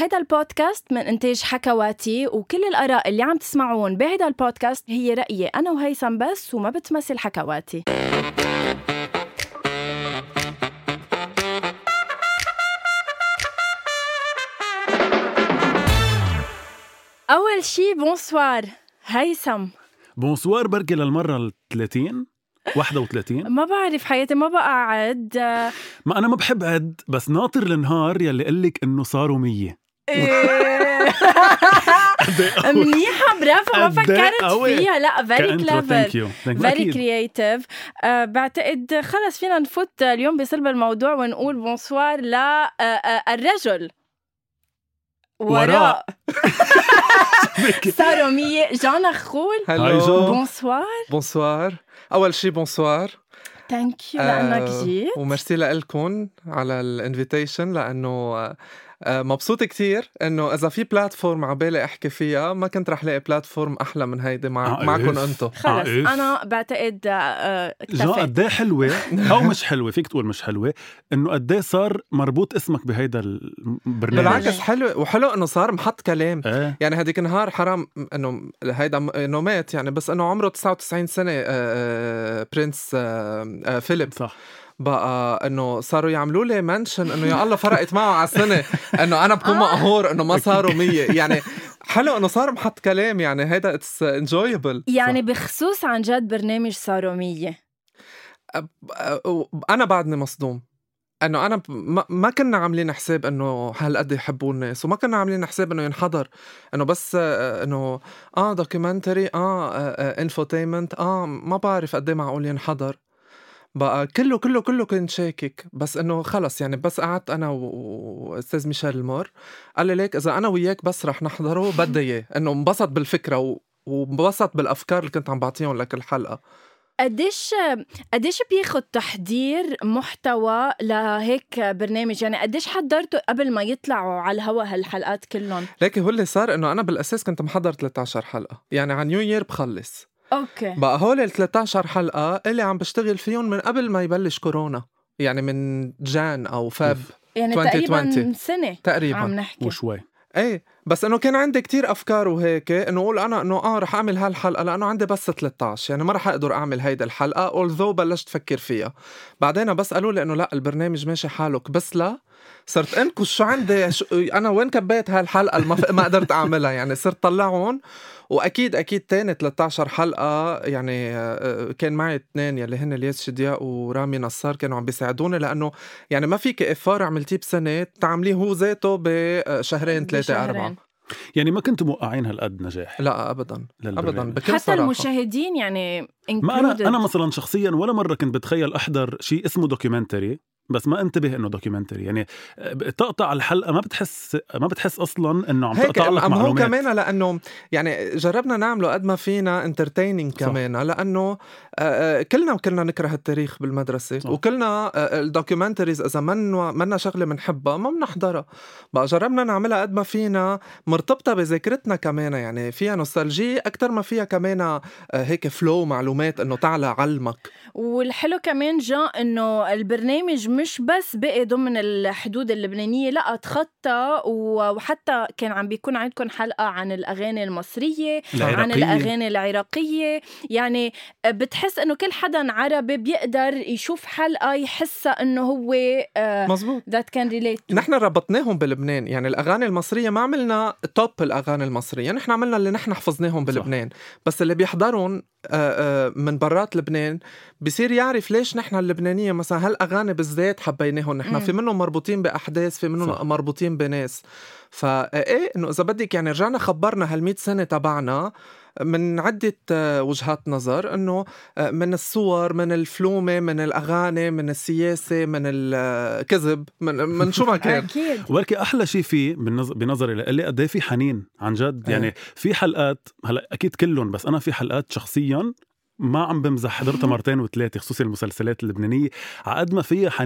هيدا البودكاست من إنتاج حكواتي، وكل الآراء اللي عم تسمعون بهيدا البودكاست هي رأيي أنا وهيثم بس، وما بتمثل حكواتي. أول شي بونسوار هيثم. بونسوار بركي للمرة 30 31. ما بعرف حياتي، ما بقى عد. ما أنا ما بحب عد، بس ناطر النهار يلي قلك إنه صاروا 100. منيحة، برافو، ما فكرت فيها. لا very clever, very creative. بعتقد خلص فينا نفوت اليوم بصلب الموضوع ونقول بونسوار للرجل وراء صاروا 100. جانا خول. بونسوار. أول شي بونسوار، thank you لأنك جيت، ومرسي لكم على الانفيتيشن، لأنه مبسوط كتير إنه إذا في بلاتفورم عبالي أحكي فيها ما كنت رح لاقي بلاتفورم أحلى من هيدي معكم أنتو. خلص أنا بعتقد جا قديه حلوة أو مش حلوة، فيك تقول مش حلوة، إنه قديه صار مربوط اسمك بهيدا البرنامج. بالعكس حلو، وحلو إنه صار محط كلام. يعني هديك النهار حرام إنه هيدا إنه مات يعني، بس إنه عمره 99 سنة برنس فيليب، صح بقى انه صاروا يعملوا لي منشن انه يا الله فرقت معه على السنه، انه انا بكون مقهور انه ما صاروا 100. يعني حلو انه صار محط كلام، يعني هيدا اتس انجويبل. يعني صح. بخصوص عن جد برنامج صاروا 100، انا بعدني مصدوم انه انا ما كنا عاملين حساب انه هالقد يحبوا الناس، وما كنا عاملين حساب انه ينحضر انه بس انه دوكيومنتري انفوتينمنت ما بعرف قد ايه معقول ينحضر. بقى كله كنت شاكك، بس انه خلص يعني بس قعدت انا واستاذ ميشيل المور قال لي ليك اذا انا وياك بس رح نحضره بدي اياه، انه انبسط بالفكره وانبسط بالافكار اللي كنت عم بعطيهم لك الحلقه. قديش بياخد تحضير محتوى لهيك برنامج؟ يعني قديش حضرته قبل ما يطلعوا على الهواء هالحلقات كلهم؟ لكن هو اللي صار انه انا بالاساس كنت محضر 13 حلقه، يعني عن نيو يير بخلص. اوكي بقى هول 13 حلقة اللي عم بشتغل فيهم من قبل ما يبلش كورونا، يعني من جان او فاب يعني 2020. تقريبا سنة تقريبا عم نحكي وشوي. ايه بس انه كان عندي كتير افكار وهيك، انه اقول انا انه رح اعمل هالحلقة لانه عندي بس 13، يعني ما رح اقدر اعمل هيدا الحلقة although بلشت فكر فيها. بعدين بس قالوا لي انه لا البرنامج ماشي حالك، بس لا صرت انكش شو عندي انا وين كبيت هالحلقة ما قدرت اعملها، يعني صرت طلعهم. واكيد تاني 13 حلقه يعني كان معي 2 يلي هن الياس شدياء ورامي نصار كانوا عم بيساعدوني، لانه يعني ما فيك افار عملتيه بسنه تعمليه هو ذاته بشهرين 3-4. يعني ما كنتوا موقعين هالقد نجاح؟ لا ابدا بكل حتى صراحة. المشاهدين يعني ما انا مثلا شخصيا ولا مره كنت بتخيل احضر شيء اسمه دوكيومنتري، بس ما انتبه انه دوكيومنتري، يعني تقطع الحلقه ما بتحس اصلا انه عم تقطع لك معلومات. هو كمان لانه يعني جربنا نعمله قد ما فينا انترتيننج كمان، لانه كلنا نكره التاريخ بالمدرسه، صح. وكلنا الدوكيومنتريز اذا منا شغله بنحبها ما بنحضرها. بقى جربنا نعملها قد ما فينا مرتبطه بذاكرتنا كمان، يعني فيها نوستالجي اكثر ما فيها كمان هيك فلو معلومات انه تعالى علمك. والحلو كمان انه البرنامج مش بس بقي ضمن الحدود اللبنانية، لا تخطى، وحتى كان عم بيكون عندكم حلقة عن الأغاني المصرية عن الأغاني العراقية. يعني بتحس انه كل حدا عربي بيقدر يشوف حلقة يحسها انه هو مزبوط that can relate. نحن ربطناهم بلبنان، يعني الأغاني المصرية ما عملنا توب الأغاني المصرية، نحن عملنا اللي نحن حفظناهم بلبنان، بس اللي بيحضرون من برات لبنان بيصير يعرف ليش نحن اللبنانية مثلا هالأغاني بالذات حبيناهم نحن. في منهم مربوطين بأحداث، في منهم مربوطين بناس. فإيه إنه إذا بدك يعني رجعنا خبرنا هال100 سنة تبعنا من عدة وجهات نظر، إنه من الصور، من الفلومة، من الأغاني، من السياسة، من الكذب، من شو ما كان. ولكن أحلى شيء فيه بنظري لقلي قد ايه في حنين عن جد. يعني في حلقات هلا أكيد كلهم، بس أنا في حلقات شخصيا ما عم بمزح حضرتها 2 و3، خصوصي المسلسلات اللبنانية عقد ما فيها حنين.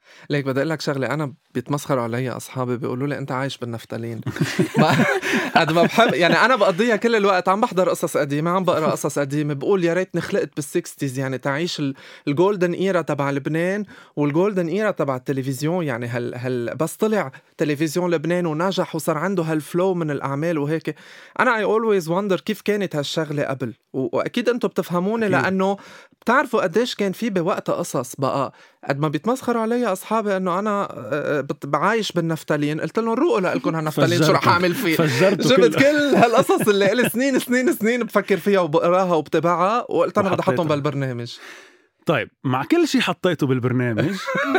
ليك بدي اقول لك شغله، انا بيتمسخروا علي اصحابي بيقولوا لي انت عايش بالنفتالين. قد ما بحب يعني انا بقضيها كل الوقت عم بحضر قصص قديمه، عم بقرا قصص قديمه، بقول يا ريتني خلقت بالسكستيز، يعني تعيش الجولدن ايرا تبع لبنان والجولدن ايرا تبع التلفزيون. يعني هل بس طلع تلفزيون لبنان ونجح وصار عنده هالفلو من الاعمال وهيك. انا اي اولويز وندر كيف كانت هالشغله قبل، واكيد انتم بتفهموني لانه بتعرفوا قديش كان في بوقتها قصص. بقى قد ما بيتمسخروا علي اصحابي انه انا بعايش بالنفتالين، قلت لهم روقوا لكم هالنفتالين شو رح اعمل فيه. جبت كل هالقصص اللي لي سنين بفكر فيها وبقراها وبتابعها، وقلت انا بدي احطهم بالبرنامج. طيب مع كل شيء حطيته بالبرنامج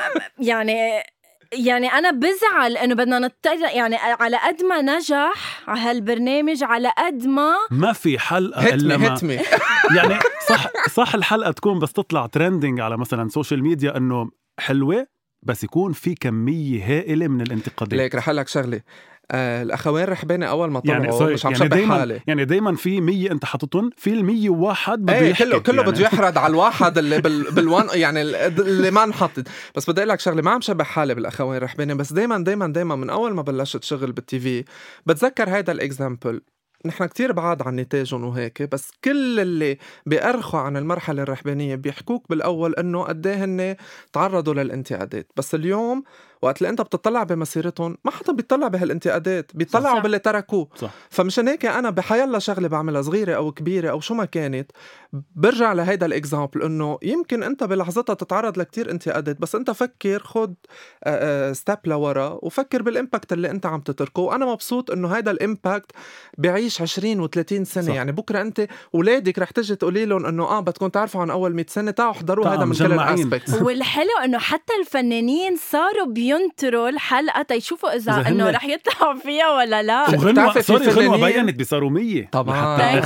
يعني أنا بزعل إنه بدنا نتجه، يعني على قد ما نجح على هالبرنامج على قد ما في حلقة إلا هتمي. يعني صح الحلقة تكون بس تطلع ترندنج على مثلا سوشيال ميديا إنه حلوة، بس يكون في كمية هائلة من الانتقادات. ليك رح لك شغلة، الأخوين رحباني أول ما طلعوا يعني مش عم شبه حالي. يعني دايما في 100 انت حاططهم، في 101 بده يحكي كله يعني. بده يحرد على الواحد اللي بالوان يعني اللي ما انحطت. بس بدي اقول لك شغله، ما عم شبه حالي بالاخوين رحباني، بس دايما من اول ما بلشت شغل بالتي في بتذكر هيدا الاكزامبل. نحن كتير بعاد عن نتاجهم وهيك، بس كل اللي بيأرخوا عن المرحلة الرحبانية بيحكوك بالأول إنه قديه هن تعرضوا للانتقادات. بس اليوم وقت اللي أنت بتطلع بمسيرتهم ما حدا بيطلع بهالانتقادات، بيطلعوا باللي تركوه. فمشان هيك أنا بحيالله شغلة بعملها صغيرة أو كبيرة أو شو ما كانت، برجع لهيدا الإكزامبل إنه يمكن أنت بلحظتها تتعرض لكتير انتقادات، بس أنت فكر خد ستيب لورا وفكر بالإمباكت اللي أنت عم تتركه. وأنا مبسوط إنه هيدا الإمباكت بيعيش 20 و30 سنة. يعني بكرة أنت ولادك رح تجي تقولي لهم إنه بدكم تعرفوا عن أول 100 سنة، تعالوا احضروا هذا من كل الأسبكتس. والحلو إنه حتى الفنانين صاروا بينطروا الحلقة تيشوفوا إذا إنه رح يطلعوا فيها ولا لا. وغنوة غنوة بينت بصاروا 100 طبعا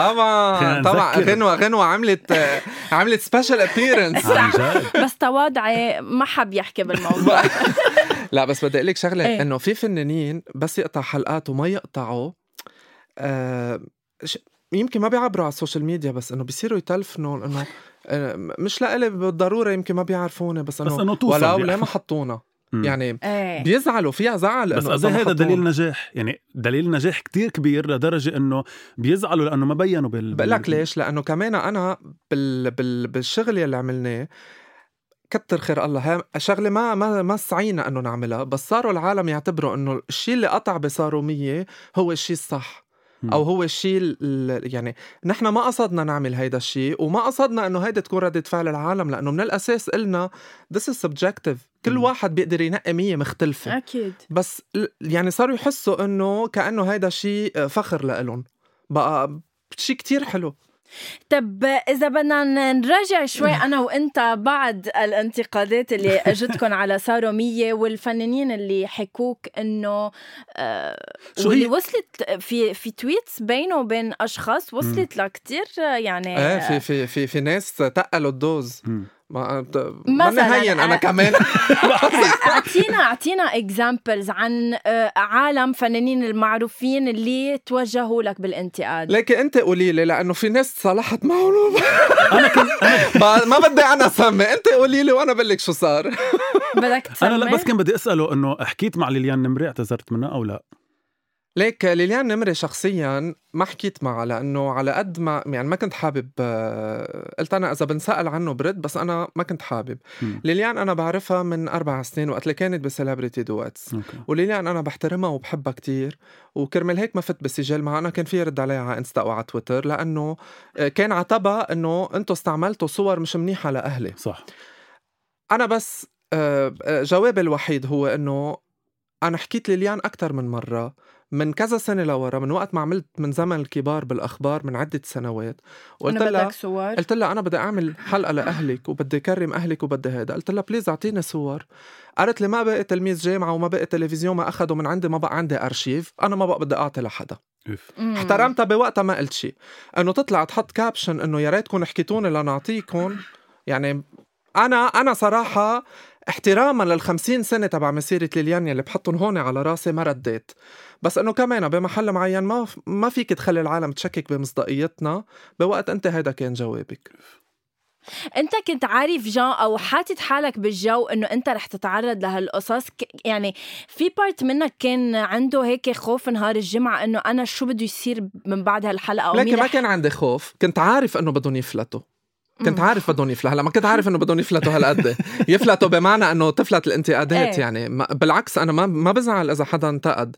غنوة عملت سبيشال ابيرنس. بس تواضعي ما حب يحكي بالموضوع. لا بس بدي أقولك شغلة، إنه في فنانين بس يقطع حلقات وما يقطعوا يمكن ما بيعبروا على السوشيال ميديا، بس انه بيصيروا يتلفنوا انه مش لإلي بالضروره، يمكن ما بيعرفونا بس انه ولو ليه ما حطونا يعني بيزعلوا فيها زعل. بس هذا دليل نجاح، يعني دليل نجاح كتير كبير لدرجه انه بيزعلوا لانه ما بينوا بقول لك ليش، لانه كمان انا بالشغل اللي عملناه كتر خير الله شغله ما سعينا انه نعملها، بس صاروا العالم يعتبروا انه الشيء اللي قطع بصاروا 100 هو الشيء الصح او هو الشيء يعني نحن ما قصدنا نعمل هيدا الشيء، وما قصدنا انه هيدا تكون ردة فعل العالم، لانه من الاساس قلنا this is subjective، كل واحد بيقدر ينقي 100 مختلفة اكيد. بس يعني صاروا يحسوا انه كأنه هيدا شيء فخر لإلهم، بقى شيء كتير حلو. طب إذا بدنا نراجع شوي أنا وإنت بعد الانتقادات اللي أجتكن على صاروا 100 والفنانين اللي حكوك إنه واللي وصلت في تويتس بينه وبين أشخاص وصلت لكتير يعني في ناس تقلوا الدوز ما نهين أنا كمان. أعطينا examples عن عالم فنانين المعروفين اللي توجهوا لك بالانتقاد. لكن أنت قولي لي، لأنه في ناس صالحت معهم. أنا ما بدي أنا أسمي، أنت قولي لي وأنا بقول لك شو صار. بدك تسمي؟ أنا لا بس كان بدي أسأله إنه حكيت مع ليليان نمري اعتذرت منها أو لا؟ ليك ليليان نمري شخصياً ما حكيت معها، لأنه على قد ما يعني ما كنت حابب، قلت أنا إذا بنسأل عنه برد، بس أنا ما كنت حابب. ليليان أنا بعرفها من 4 سنين وقت اللي كانت بسيلابريتي دواتس، وليليان أنا بحترمها وبحبها كتير، وكرمال هيك ما فت بسجل معها. أنا كان في رد عليها على إنستا وعلى تويتر، لأنه كان عتبها إنه أنتوا استعملتوا صور مش منيحة لأهلي. صح. أنا بس جوابي الوحيد هو إنه أنا حكيت ليليان أكتر من مرة من كذا سنة لورا، من وقت ما عملت من زمن الكبار بالأخبار من عدة سنوات، قلت لها أنا بدي أعمل حلقة لأهلك وبدي أكرم أهلك وبدي هيدا. قلت لها بليز أعطيني صور. قالت لي ما بقى تلميذ جامعة وما بقى تلفزيون ما أخدوا من عندي، ما بقى عندي أرشيف، أنا ما بقى بدي أعطي لحدا. احترمتها بوقتها، ما قلت شي. أنه تطلع تحط كابشن أنه يا ريتكم حكيتوني لنعطيكم، يعني أنا صراحة احتراما لل50 سنة تبع مسيرة ليليان اللي بحطهم هون على راسي ما رديت. بس انه كمان بمحل معين ما فيك تخلي العالم تشكك بمصداقيتنا بوقت انت هيدا كان جوابك. انت كنت عارف جان او حاطط حالك بالجو انه انت رح تتعرض لهالقصص؟ يعني في بارت منك كان عنده هيك خوف نهار الجمعة انه انا شو بده يصير من بعد هالحلقة؟ لكن ما كان عندي خوف، كنت عارف انه بدهم يفلتوا، كنت عارف بدهم يفلتوا. هلا ما كنت عارف انه بدهم يفلتوا هالقد يفلتوا بمعنى انه تفلت الانتقادات. يعني بالعكس انا ما بزعل اذا حدا انتقد،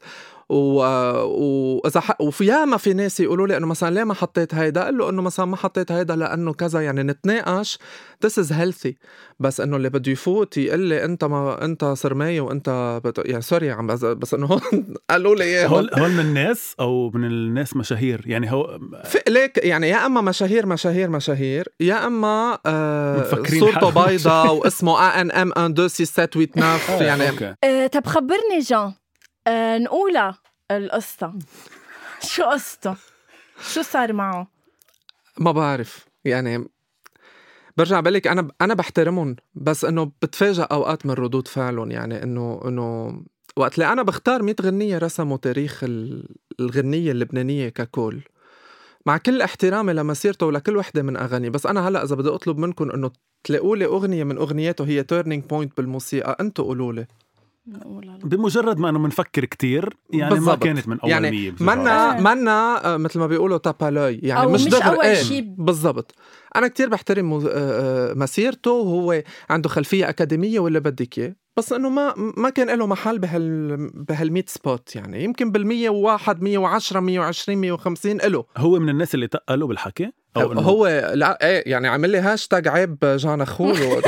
واذا وفي ياما في ناس يقولوا لي انه مثلا ليه ما حطيت هيدا، قال له انه مثلا ما حطيت هيدا لانه كذا، يعني نتناقش، this is healthy. بس انه اللي بده يفوت يقول لي انت صرمايه وانت يعني سوري يا عم، بس انه هون قالوا لي اياه. هول من الناس او من الناس مشاهير؟ يعني هو ليك يعني يا اما مشاهير يا اما صورته بيضة واسمه ANM 1 2 6 7 8 9 يعني. طب خبرني جان، نقولها القصة، شو قصته؟ شو صار معه؟ ما بعرف يعني، برجع بقلك أنا بحترمهم، بس إنه بتفاجأ أوقات من ردود فعلهم. يعني إنه وقت اللي أنا بختار 100 غنية رسموا تاريخ الغنية اللبنانية ككل، مع كل احترامي لمسيرته ولكل وحدة من أغاني، بس أنا هلأ إذا بدي أطلب منكم إنه تلاقوا لي أغنية من أغنياته هي turning point بالموسيقى، أنتوا قولوا لي. بمجرد ما أنه منفكر كتير يعني بالزبط. ما كانت من أول يعني مية منا مثل ما بيقولوا تابالوي، يعني مش أول شيء بالضبط. أنا كتير بحترم مسيرته، وهو عنده خلفية أكاديمية ولا بدك إياه، بس إنه ما كان له محل بهال100 سبوت. يعني يمكن بال101 110 120 150 له. هو من الناس اللي تقلوا بالحكي أو هو لا يعني عمل لي هاشتاج عيب جان أخول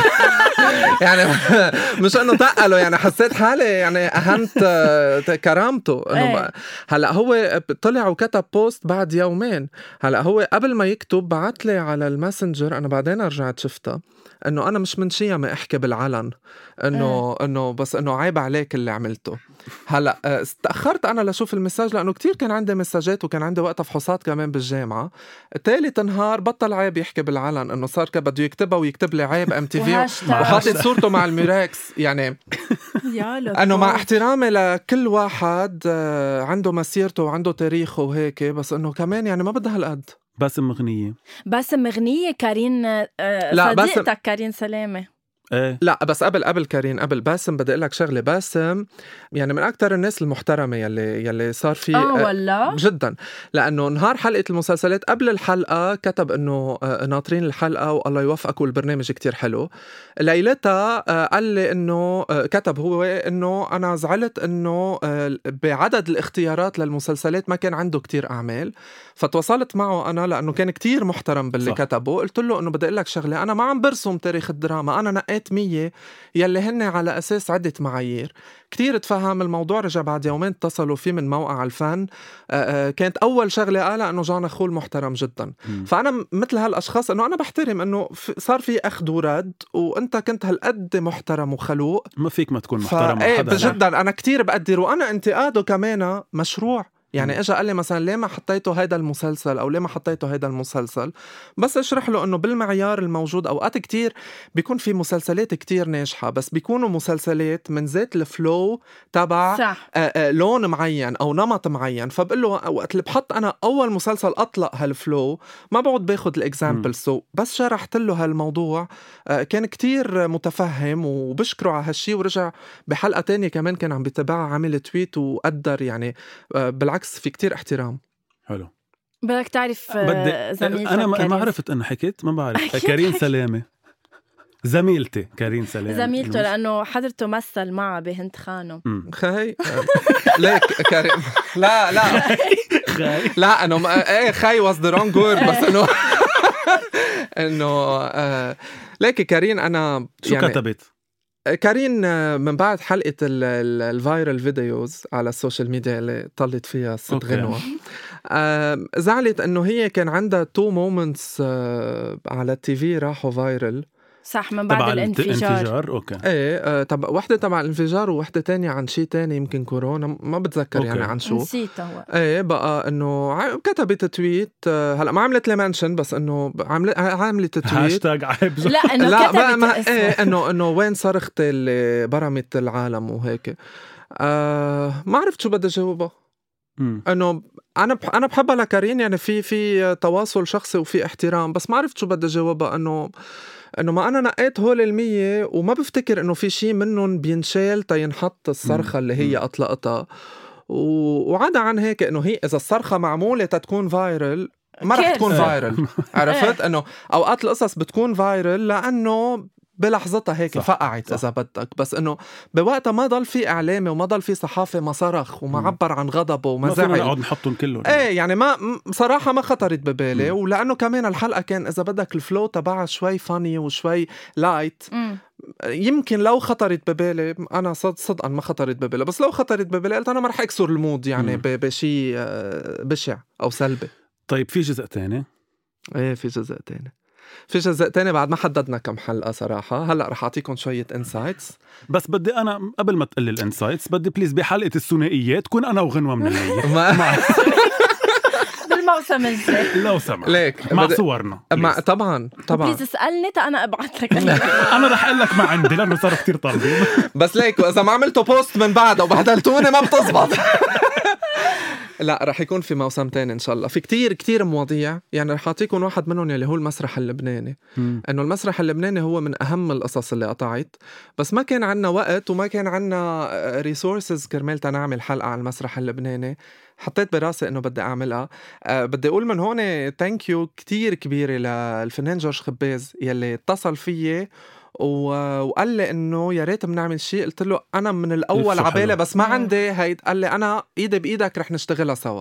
يعني مش انه تقله، يعني حسيت حالي يعني اهنت كرامته. انه هلا هو طلع وكتب بوست بعد يومين. هلا هو قبل ما يكتب بعت لي على الماسنجر، انا بعدين رجعت شفتها، انه انا مش من شيء ما احكي بالعلن، انه بس انه عيب عليك اللي عملته. هلا استأخرت انا لشوف المساج لانه كتير كان عندي مساجات وكان عندي وقتها فحوصات كمان بالجامعة. ثالث نهار بطل عيب يحكي بالعلن، انه صار بده يكتبها ويكتب لي عيب MTV وحاطط صورته مع الميراكس. يعني انه مع احترامي لكل واحد عنده مسيرته وعنده تاريخه وهيك، بس انه كمان يعني ما بدها هالقد. باسم مغنية كارين صديقتك كارين سلامة. لا بس قبل كارين، قبل باسم بدي أقول لك شغله. باسم يعني من اكثر الناس المحترمه يلي صار فيه والله جدا، لانه نهار حلقه المسلسلات قبل الحلقه كتب انه ناطرين الحلقه والله يوفقك والبرنامج كتير حلو. ليلتها قال لي انه كتب هو انه انا زعلت انه بعدد الاختيارات للمسلسلات ما كان عنده كتير اعمال، فتواصلت معه انا لانه كان كتير محترم باللي صح. كتبه. قلت له انه بدي أقول لك شغله، انا ما عم برسم تاريخ الدراما، انا نقيت 100 يلي هن على أساس عدة معايير. كتير تفهم الموضوع. رجع بعد يومين اتصلوا فيه من موقع الفن، كانت أول شغلة قالها أنه جان أخول محترم جدا. فأنا مثل هالأشخاص أنه أنا بحترم أنه صار في أخذ ورد، وأنت كنت هالقد محترم وخلوق، ما فيك ما تكون محترم مع حدا. جدا أنا كتير بقدر، وأنا انتقاده كمان مشروع. يعني اجى قال لي مثلا ليه ما حطيته هيدا المسلسل او ليه ما حطيته هيدا المسلسل، بس اشرح له انه بالمعيار الموجود اوقات كتير بيكون في مسلسلات كتير ناجحة، بس بيكونوا مسلسلات من ذات الفلو تبع لون معين او نمط معين. فبقول له وقت اللي بحط انا اول مسلسل اطلق هالفلو ما بعد باخد الاكزامبل. بس شرحت له هالموضوع كان كتير متفهم وبشكره على هالشي. ورجع بحلقة تانية كمان كان عم بيتابعها، عمل تويت وقدر. يعني بالعكس في كتير احترام. حلو. بدك تعرف زميلتك أنا ما عرفت أنه حكيت، ما بعرف. كارين سلامة زميلتي، كارين سلامة زميلته لأنه حضرته مثل معه بهند خانم. خاي ليك كارين لا لا أنه خاي was the wrong word، بس إنه ليك كارين أنا شو يعني كتبت كارين من بعد حلقة الفايرال فيديوز على السوشيال ميديا اللي طلت فيها 6 غنوة، زعلت انه هي كان عندها 2 مومنتس على التي في راحوا فايرال. صح، من بعد الانفجار. اوكي. ايه وحده تبع الانفجار ووحده تانية عن شيء تاني يمكن كورونا، ما بتذكر أوكي. يعني عن شو نسيته هو. ايه بقى انه كتبت تويت، هلا ما عملت لي منشن، بس انه عملت تويت هاشتاج عيب. لا انه لا كتبت ما ايه انه وين صرختي اللي برمت العالم وهيك. ما عرفت شو بدي جاوبها. انه انا بحبها لكارين، يعني في تواصل شخصي وفي احترام، بس ما عرفت شو بدي جاوبها. انه ما انا نقيت هول 100 وما بفتكر انه في شيء منهم بينشال تينحط الصرخه اللي هي اطلقتها. وعدا عن هيك انه هي اذا الصرخه معموله تتكون فايرل ما رح تكون فايرل. عرفت انه اوقات القصص بتكون فايرل لانه بلحظتها هيك فقعت إذا بدك، بس إنه بوقتها ما ضل في إعلامي وما ضل في صحافة ما صرخ وما عبر عن غضبه وما زعل. ما فينا نقعد نحطهم كلهم. إيه يعني ما بصراحة ما خطرت ببالي. ولأنه كمان الحلقة كان إذا بدك الفلو تبعها شوي فاني وشوي لايت. يمكن لو خطرت ببالي أنا صدقا ما خطرت ببالي، بس لو خطرت ببالي قلت أنا ما رح أكسر المود يعني بشي بشع أو سلبي. طيب في جزء تاني؟ إيه في جزء تاني. في جزء تاني بعد ما حددنا كم حلقة صراحة. هلأ رح أعطيكم شوية إنسايتس، بس بدي أنا قبل ما تقلي الإنسايتس بدي بليز بحلقة الثنائيات كون أنا وغنوة من الليل بالموسم الجاي لو سمح ليك مع صورنا طبعا بليز اسألني أنا أبعث لك أنا رح أقول لك ما عندي لأنه صار كتير طالبين بس ليك وإذا ما عملتوا بوست من بعد وبهدلتوني ما بتزبط. لا رح يكون في موسم تاني إن شاء الله. في كتير مواضيع، يعني رح أعطيكم واحد منهم اللي هو المسرح اللبناني. إنه المسرح اللبناني هو من أهم القصص اللي قطعت، بس ما كان عنا وقت وما كان عنا ريسورسز كرمال تنعمل حلقة عن المسرح اللبناني. حطيت براسي إنه بدي أعملها. بدي أقول من هون تانك يو كتير كبيرة للفنان جورج خباز يلي اتصل فيي وقال لي انه يا ريت بنعمل شيء. قلت له انا من الاول عبالي بس ما عندي هيد. قال لي انا ايدي بايدك رح نشتغلها سوا.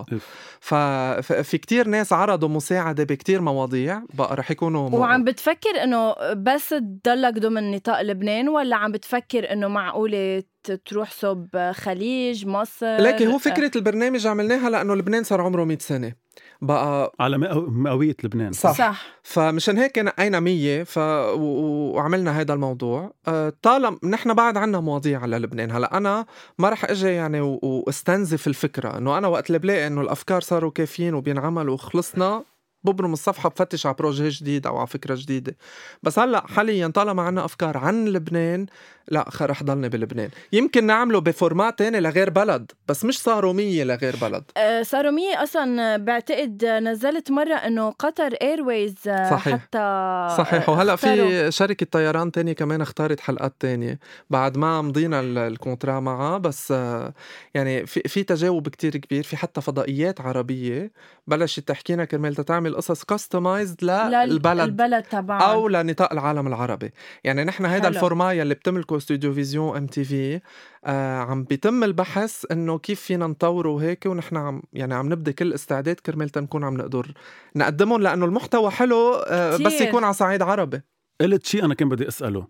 ففي كتير ناس عرضوا مساعده بكتير مواضيع بقى رح يكونوا وعم بتفكر انه بس تضلك ضمن نطاق لبنان، ولا عم بتفكر انه معقوله تروح صوب خليج مصر؟ لكن هو فكره البرنامج عملناها لانه لبنان صار عمره 100 سنه بقى على مئوية لبنان. صح. فمشان هيك نقينا 100 وعملنا هيدا الموضوع. طالما نحن بعد عنا مواضيع على لبنان. هلا انا ما رح اجي يعني واستنزف الفكره انه انا وقت اللي بلاقي انه الافكار صاروا كافيين وبينعملوا وخلصنا ببرم الصفحة بفتش على بروجي جديد أو على فكرة جديدة. بس هلأ حاليا طالما عنا أفكار عن لبنان لا رح ضلني بلبنان. يمكن نعمله بفورمات تاني لغير بلد، بس مش صاروا 100 لغير بلد. صاروا 100 أصلا. بعتقد نزلت مرة إنه قطر إيرويز حتى صحيح. وهلأ في شركة طيران تانية كمان اختارت حلقات تانية بعد ما مضينا الكونترا معها. بس يعني في تجاوب كتير كبير. في حتى فضائيات عربية بلشت تحكينا كرمال تتعمل قصص كاستمايزد للبلد طبعا أو لنطاق العالم العربي. يعني نحن هيدا الفورماية اللي بتملكه استوديو فيزيون MTV عم بيتم البحث انه كيف فينا نطوره وهيك. ونحن عم نبدأ كل استعداد كرمال تنكون عم نقدر نقدمهم لانه المحتوى حلو بس يكون على صعيد عربي. قلت شيء انا كان بدي اساله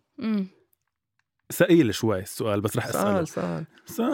ثقيل شوي السؤال بس رح اساله. سأل.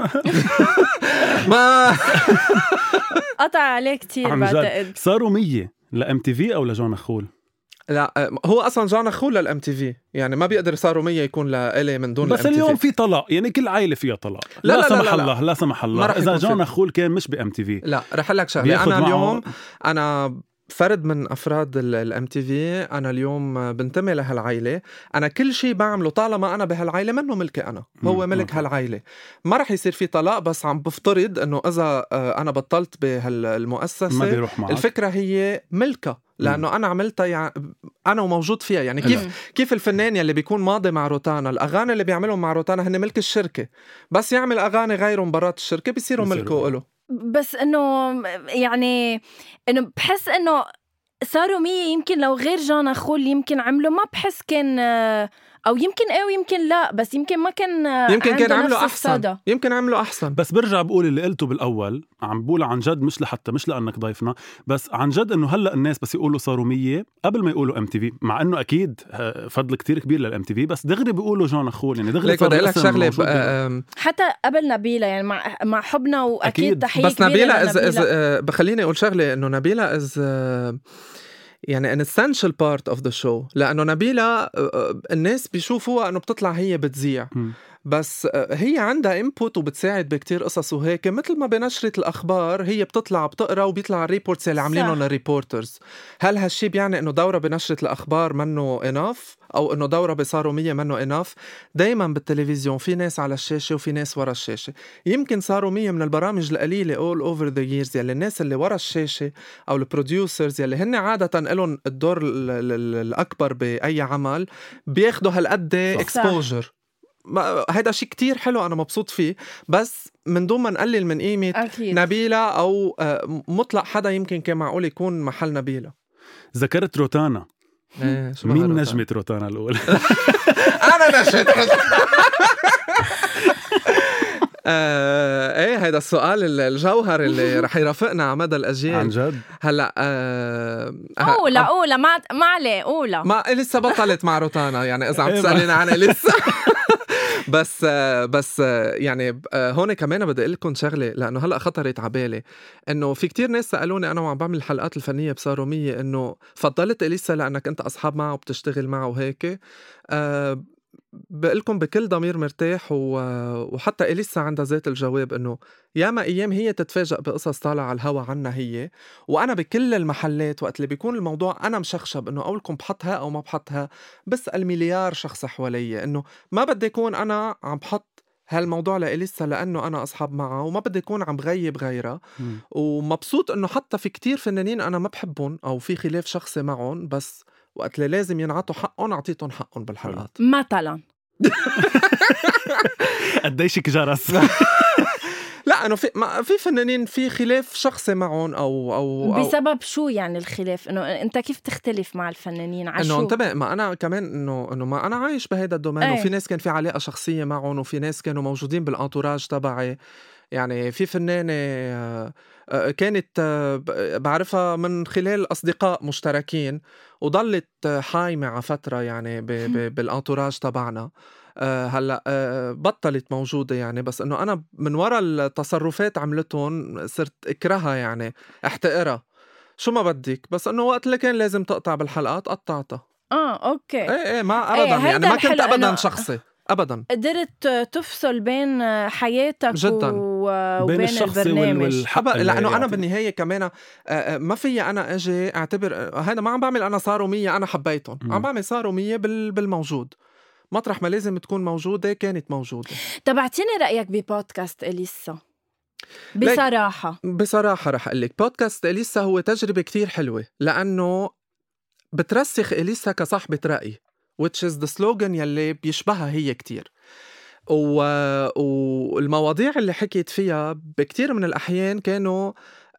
ما قطع عليه كتير. بعتقد صاروا 100 لMTV او لجون خول؟ لا هو اصلا جانا خول للMTV، يعني ما بيقدر صاروا 100 يكون لإلي من دون بس اليوم في طلاق، يعني كل عائله فيها طلاق. لا سمح الله، لا سمح الله. اذا جانا خول كان مش بMTV. لا رح لك شغله. انا اليوم انا فرد من أفراد الMTV. أنا اليوم بنتمي لهالعائلة. أنا كل شيء بعمله طالما أنا بهالعائلة منه ملكي أنا، هو ملك هالعائلة. ما رح يصير في طلاق، بس عم بفترض أنه إذا أنا بطلت بهالمؤسسة الفكرة هي ملكة، لأنه أنا عملتها يعني أنا وموجود فيها. يعني كيف الفنان يلي بيكون ماضي مع روتانا، الأغاني اللي بيعملهم مع روتانا هن ملك الشركة، بس يعمل أغاني غيرهم برات الشركة بيصيروا ملكه إله. بس إنه يعني إنه بحس إنه صاروا 100 يمكن لو غير جانا خول يمكن عملوا ما بحس كان، أو يمكن ويمكن لا، بس يمكن ما كان، يمكن كان عملوا أحسن، يمكن عملوا أحسن. بس برجع بقول اللي قلته بالأول، عم بقول عن جد مش لأنك ضيفنا، بس عن جد إنه هلأ الناس بس يقولوا صاروا 100 قبل ما يقولوا MTV، مع إنه أكيد فضل كتير كبير للMTV، بس دغري بيقولوا جانا خول. يعني دغري صار لك شغلة حتى قبل نبيلة، يعني مع حبنا وأكيد تحية بس نبيلة إز بخليني أقول شغلة إنه نبيلة يعني an essential part of the show، لأنه نبيلة الناس بيشوفوها أنه بتطلع هي بتذيع. بس هي عندها input وبتساعد بكتير قصص وهيك، مثل ما بنشرة الأخبار هي بتطلع بتقرأ وبيطلع الريبورتس اللي عاملينهم الريبورترز. هل هالشي بيعني إنه دورة بنشرة الأخبار منه enough أو إنه دورة بصارومية منه enough؟ دايما بالتلفزيون في ناس على الشاشة وفي ناس ورا الشاشة. يمكن صارومية من البرامج القليلة all over the years يلي الناس اللي ورا الشاشة أو البروديوسرز يلي هن عادة لهم الدور الأكبر بأي عمل بياخدوا هالقد exposure. هيدا شيء كتير حلو، أنا مبسوط فيه، بس من دون ما نقلل من قيمة نبيلة أو مطلق حدا يمكن كان معقول يكون محل نبيلة. ذكرت روتانا. مين نجمة روتانا الأولى؟ أنا نجمة روتانا. ايه هيدا السؤال الجوهر اللي رح يرافقنا على مدى الأجيال عن جد. هلا أولى ما عليه أولى ما لسه بطلت مع روتانا يعني إذا عم تسألين عنها لسه. بس يعني هون كمان بدي أقول لكم شغلة، لأنه هلأ خطرت عبالي إنه في كتير ناس سألوني أنا وعم بعمل الحلقات الفنية بصارومية إنه فضلت إليسا لأنك أنت أصحاب معه وبتشتغل معه وهيك. بقلكم بكل ضمير مرتاح وحتى إليسا عندها ذات الجواب إنه ياما أيام هي تتفاجأ بقصص طالعة على الهوا عنا هي، وأنا بكل المحلات وقت اللي بيكون الموضوع أنا مشخشب إنه أقولكم بحطها أو ما بحطها، بسأل مليار شخص حوالي إنه ما بدي يكون أنا عم بحط هالموضوع لإليسا لأنه أنا أصحاب معه وما بدي يكون عم بغيب غيرها. ومبسوط إنه حتى في كتير فنانين أنا ما بحبهم أو في خلاف شخصي معهم، بس وقت اللي لازم ينعطوا حقهم عطيتهم حقهم بالحلقات. مثلا قديشك جرس. لا انه في فنانين في خلاف شخصي معهم او بسبب شو يعني الخلاف؟ انه انت كيف تختلف مع الفنانين على شو؟ انه انتبه، ما انا كمان انه ما انا عايش بهيدا الدومين وفي ناس كان في علاقه شخصيه معهم وفي ناس كانوا موجودين بالانتوراج تبعي. يعني في فنانة كانت بعرفها من خلال أصدقاء مشتركين وضلت حايمة على فترة يعني بالانتوراج تبعنا. هلأ بطلت موجودة يعني، بس إنه أنا من وراء التصرفات عملتهم صرت أكرهها يعني احتقرها شو ما بدك، بس إنه وقت اللي كان لازم تقطع بالحلقات قطعتها. أوكي. إيه ما أبدا يعني ما كنت أبدا شخصي أبداً. قدرت تفصل بين حياتك جداً وبين البرنامج. لأنه أنا بالنهاية كمان ما في أنا أجي أعتبر هذا ما عم بعمل أنا صارومية أنا حبيتهم، عم بعمل صارومية بالموجود، مطرح ما لازم تكون موجودة كانت موجودة. طب اعطيني رأيك ببودكاست إليسا بصراحة رح أقول لك بودكاست إليسا هو تجربة كتير حلوة، لأنه بترسخ إليسا كصاحبة رأي which is the slogan يلي بيشبهها هي كتير. والمواضيع اللي حكيت فيها بكتير من الأحيان كانوا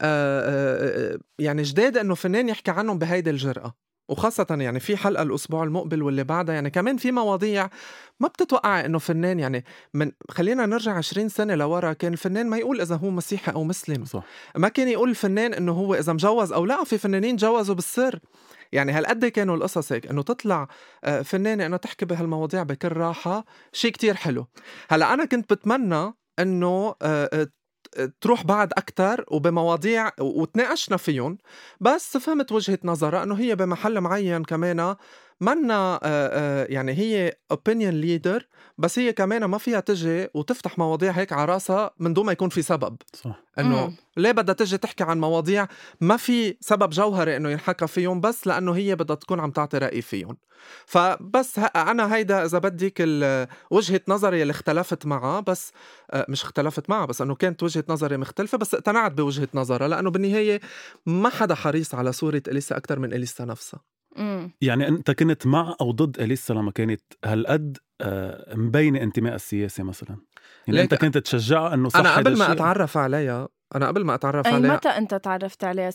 يعني جداد إنه فنان يحكي عنهم بهيدي الجرأة، وخاصة يعني في حلقة الأسبوع المقبل واللي بعدها يعني كمان في مواضيع ما بتتوقع إنه فنان يعني من خلينا نرجع 20 سنة لورا كان الفنان ما يقول إذا هو مسيحي أو مسلم. صح. ما كان يقول الفنان إنه هو إذا مجوز أو لا، في فنانين جوزوا بالسر. يعني هالقد كانوا القصص هيك إنه تطلع فنانة إنه تحكي بهالمواضيع بكل راحة، شيء كتير حلو. هلأ أنا كنت بتمنى إنه تروح بعد أكتر وبمواضيع وتناقشنا فيهم، بس فهمت وجهة نظرها إنه هي بمحل معين كمان منا يعني هي opinion leader، بس هي كمان ما فيها تجي وتفتح مواضيع هيك على راسها من دون ما يكون في سبب. صح. إنه ليه بدها تجي تحكي عن مواضيع ما في سبب جوهري إنه ينحكى فيهم، بس لأنه هي بدها تكون عم تعطي رأي فيهم. فبس أنا هيدا إذا بدك وجهة نظري اللي اختلفت معها، بس مش اختلفت معها بس إنه كانت وجهة نظري مختلفة، بس اقتنعت بوجهة نظرها، لأنه بالنهاية ما حدا حريص على صورة إليسا أكتر من إليسا نفسها. يعني أنت كنت مع أو ضد إليسا لما كانت هالقد مبينة انتماء السياسي مثلا؟ يعني أنت كنت تشجعها إنه صح؟ أنا قبل ما أتعرف عليها عليها متى أنت تعرفت عليها؟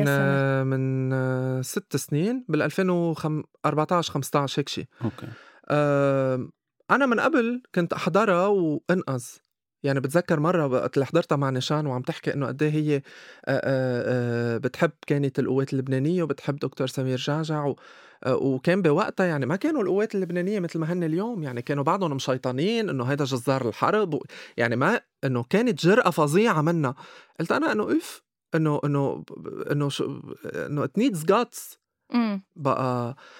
من 6 سنين بال 2014-15 هيك شيء. أوكي. أنا من قبل كنت أحضرها وأنقذ. يعني بتذكر مرة وقت اللي حضرتها مع نشان وعم تحكي إنه قديه هي بتحب كانت القوات اللبنانية وبتحب دكتور سمير جعجع وكان بوقتها يعني ما كانوا القوات اللبنانية مثل ما هن اليوم، يعني كانوا بعضهم مشيطانين إنه هيدا جزار الحرب يعني ما إنه كانت جرأة فظيعة منا. قلت أنا إنه إنه it needs guts بقى.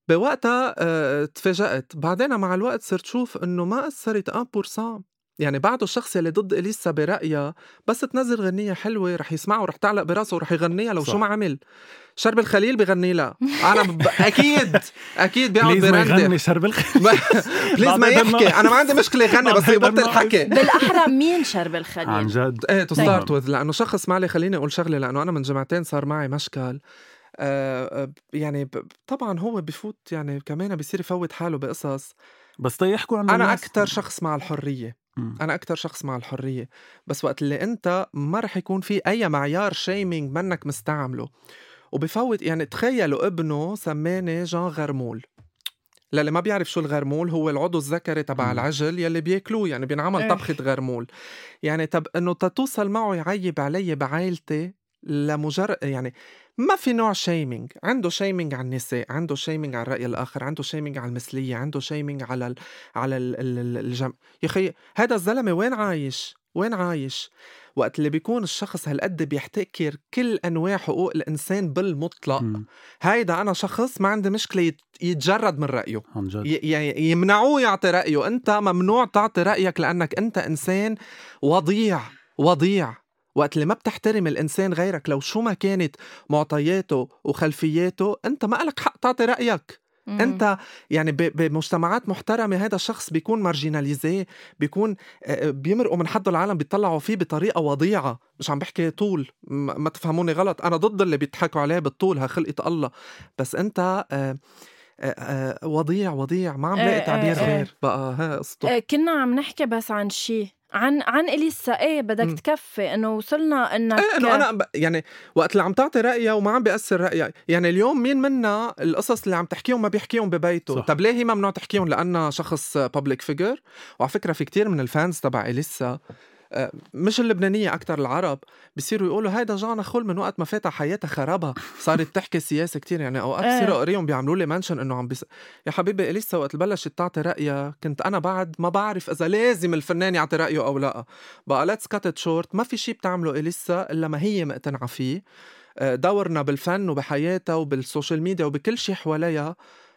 بوقتها تفاجأت. بعدين مع الوقت صرت شوف إنه ما أثرت 1%. يعني بعده الشخص اللي ضد إليسا برأيها بس تنزل غنية حلوة رح يسمعه ورح تعلق براسه ورح يغنيها لو صح. شو ما عمل. شرب الخليل بيغني لها. أنا أكيد بيقعد برندة. بليز ما يغني شرب الخليل. بليز ما يحكي. أنا ما عندي مشكلة يغني بس يبطل حكي. بالأحرى مين شرب الخليل؟ عن جد. إيه to start with. لأنه شخص معلي خليني أقول شغلة. لأنه أنا من جمعتين صار معي مشكل. يعني طبعا هو بفوت يعني كمان بيصير يفوت حاله بقصص. بس يحكوا عنه. أنا أكتر شخص مع الحرية. أنا أكتر شخص مع الحرية. بس وقت اللي أنت ما رح يكون في أي معيار شيمينج منك مستعمله وبفوت. يعني تخيلوا ابنه سماني جان غرمول. للي ما بيعرف شو الغرمول هو العضو الذكري تبع العجل يلي بياكلوه. يعني بينعمل طبخة غرمول. يعني طب إنه تتوصل معه يعيب علي بعائلتي لمجرد يعني ما في نوع شيمينج. عنده شيمينج على النساء، عنده شيمينج على الرأي الآخر، عنده شيمينج على المثلية، عنده شيمينج على الجمع. يا أخي هذا الزلمة وين عايش وقت اللي بيكون الشخص هالقد بيحتكر كل أنواع حقوق الإنسان بالمطلق. هيدا أنا شخص ما عندي مشكلة يتجرد من رأيه. يمنعوه يعطي رأيه. أنت ممنوع تعطي رأيك لأنك أنت إنسان وضيع. وقت اللي ما بتحترم الإنسان غيرك لو شو ما كانت معطياته وخلفياته أنت ما لك حق تعطي رأيك. أنت يعني بمجتمعات محترمة هذا الشخص بيكون مارجيناليزي. بيكون بيمرقوا من حد العالم بيطلعوا فيه بطريقة وضيعة. مش عم بحكي طول ما تفهموني غلط. أنا ضد اللي بيضحكوا عليه بالطول. خلقة الله. بس أنت وضيع ما عم لاقي تعبير غير بقى. كنا عم نحكي بس عن شيء عن إليسا. بدك تكفي انه وصلنا انك انه انا يعني وقت اللي عم تعطي رأيها وما عم بيأثر رأيها. يعني اليوم مين منا القصص اللي عم تحكيهم ما بيحكيهم ببيته صح. طب ليه هي ممنوع تحكيهم؟ لأنها شخص public figure. وعلى فكرة في كتير من الفانز تبع إليسا مش اللبنانية أكتر العرب بيصيروا يقولوا هيدا جانا خل من وقت ما فاتها حياتها خربها صارت تحكي سياسة كتير. يعني أوقات بصيروا قريهم بيعملوا لي منشن إنه يا حبيبي إليسا وقت بلشت تعطي رأيها كنت أنا بعد ما بعرف إذا لازم الفنان يعطي رأيه أو لا. بقى let's cut it short. ما في شي بتعمله إليسا إلا ما هي مقتنعة فيه. دورنا بالفن وبحياتها وبالسوشيال ميديا وبكل شي حواليها.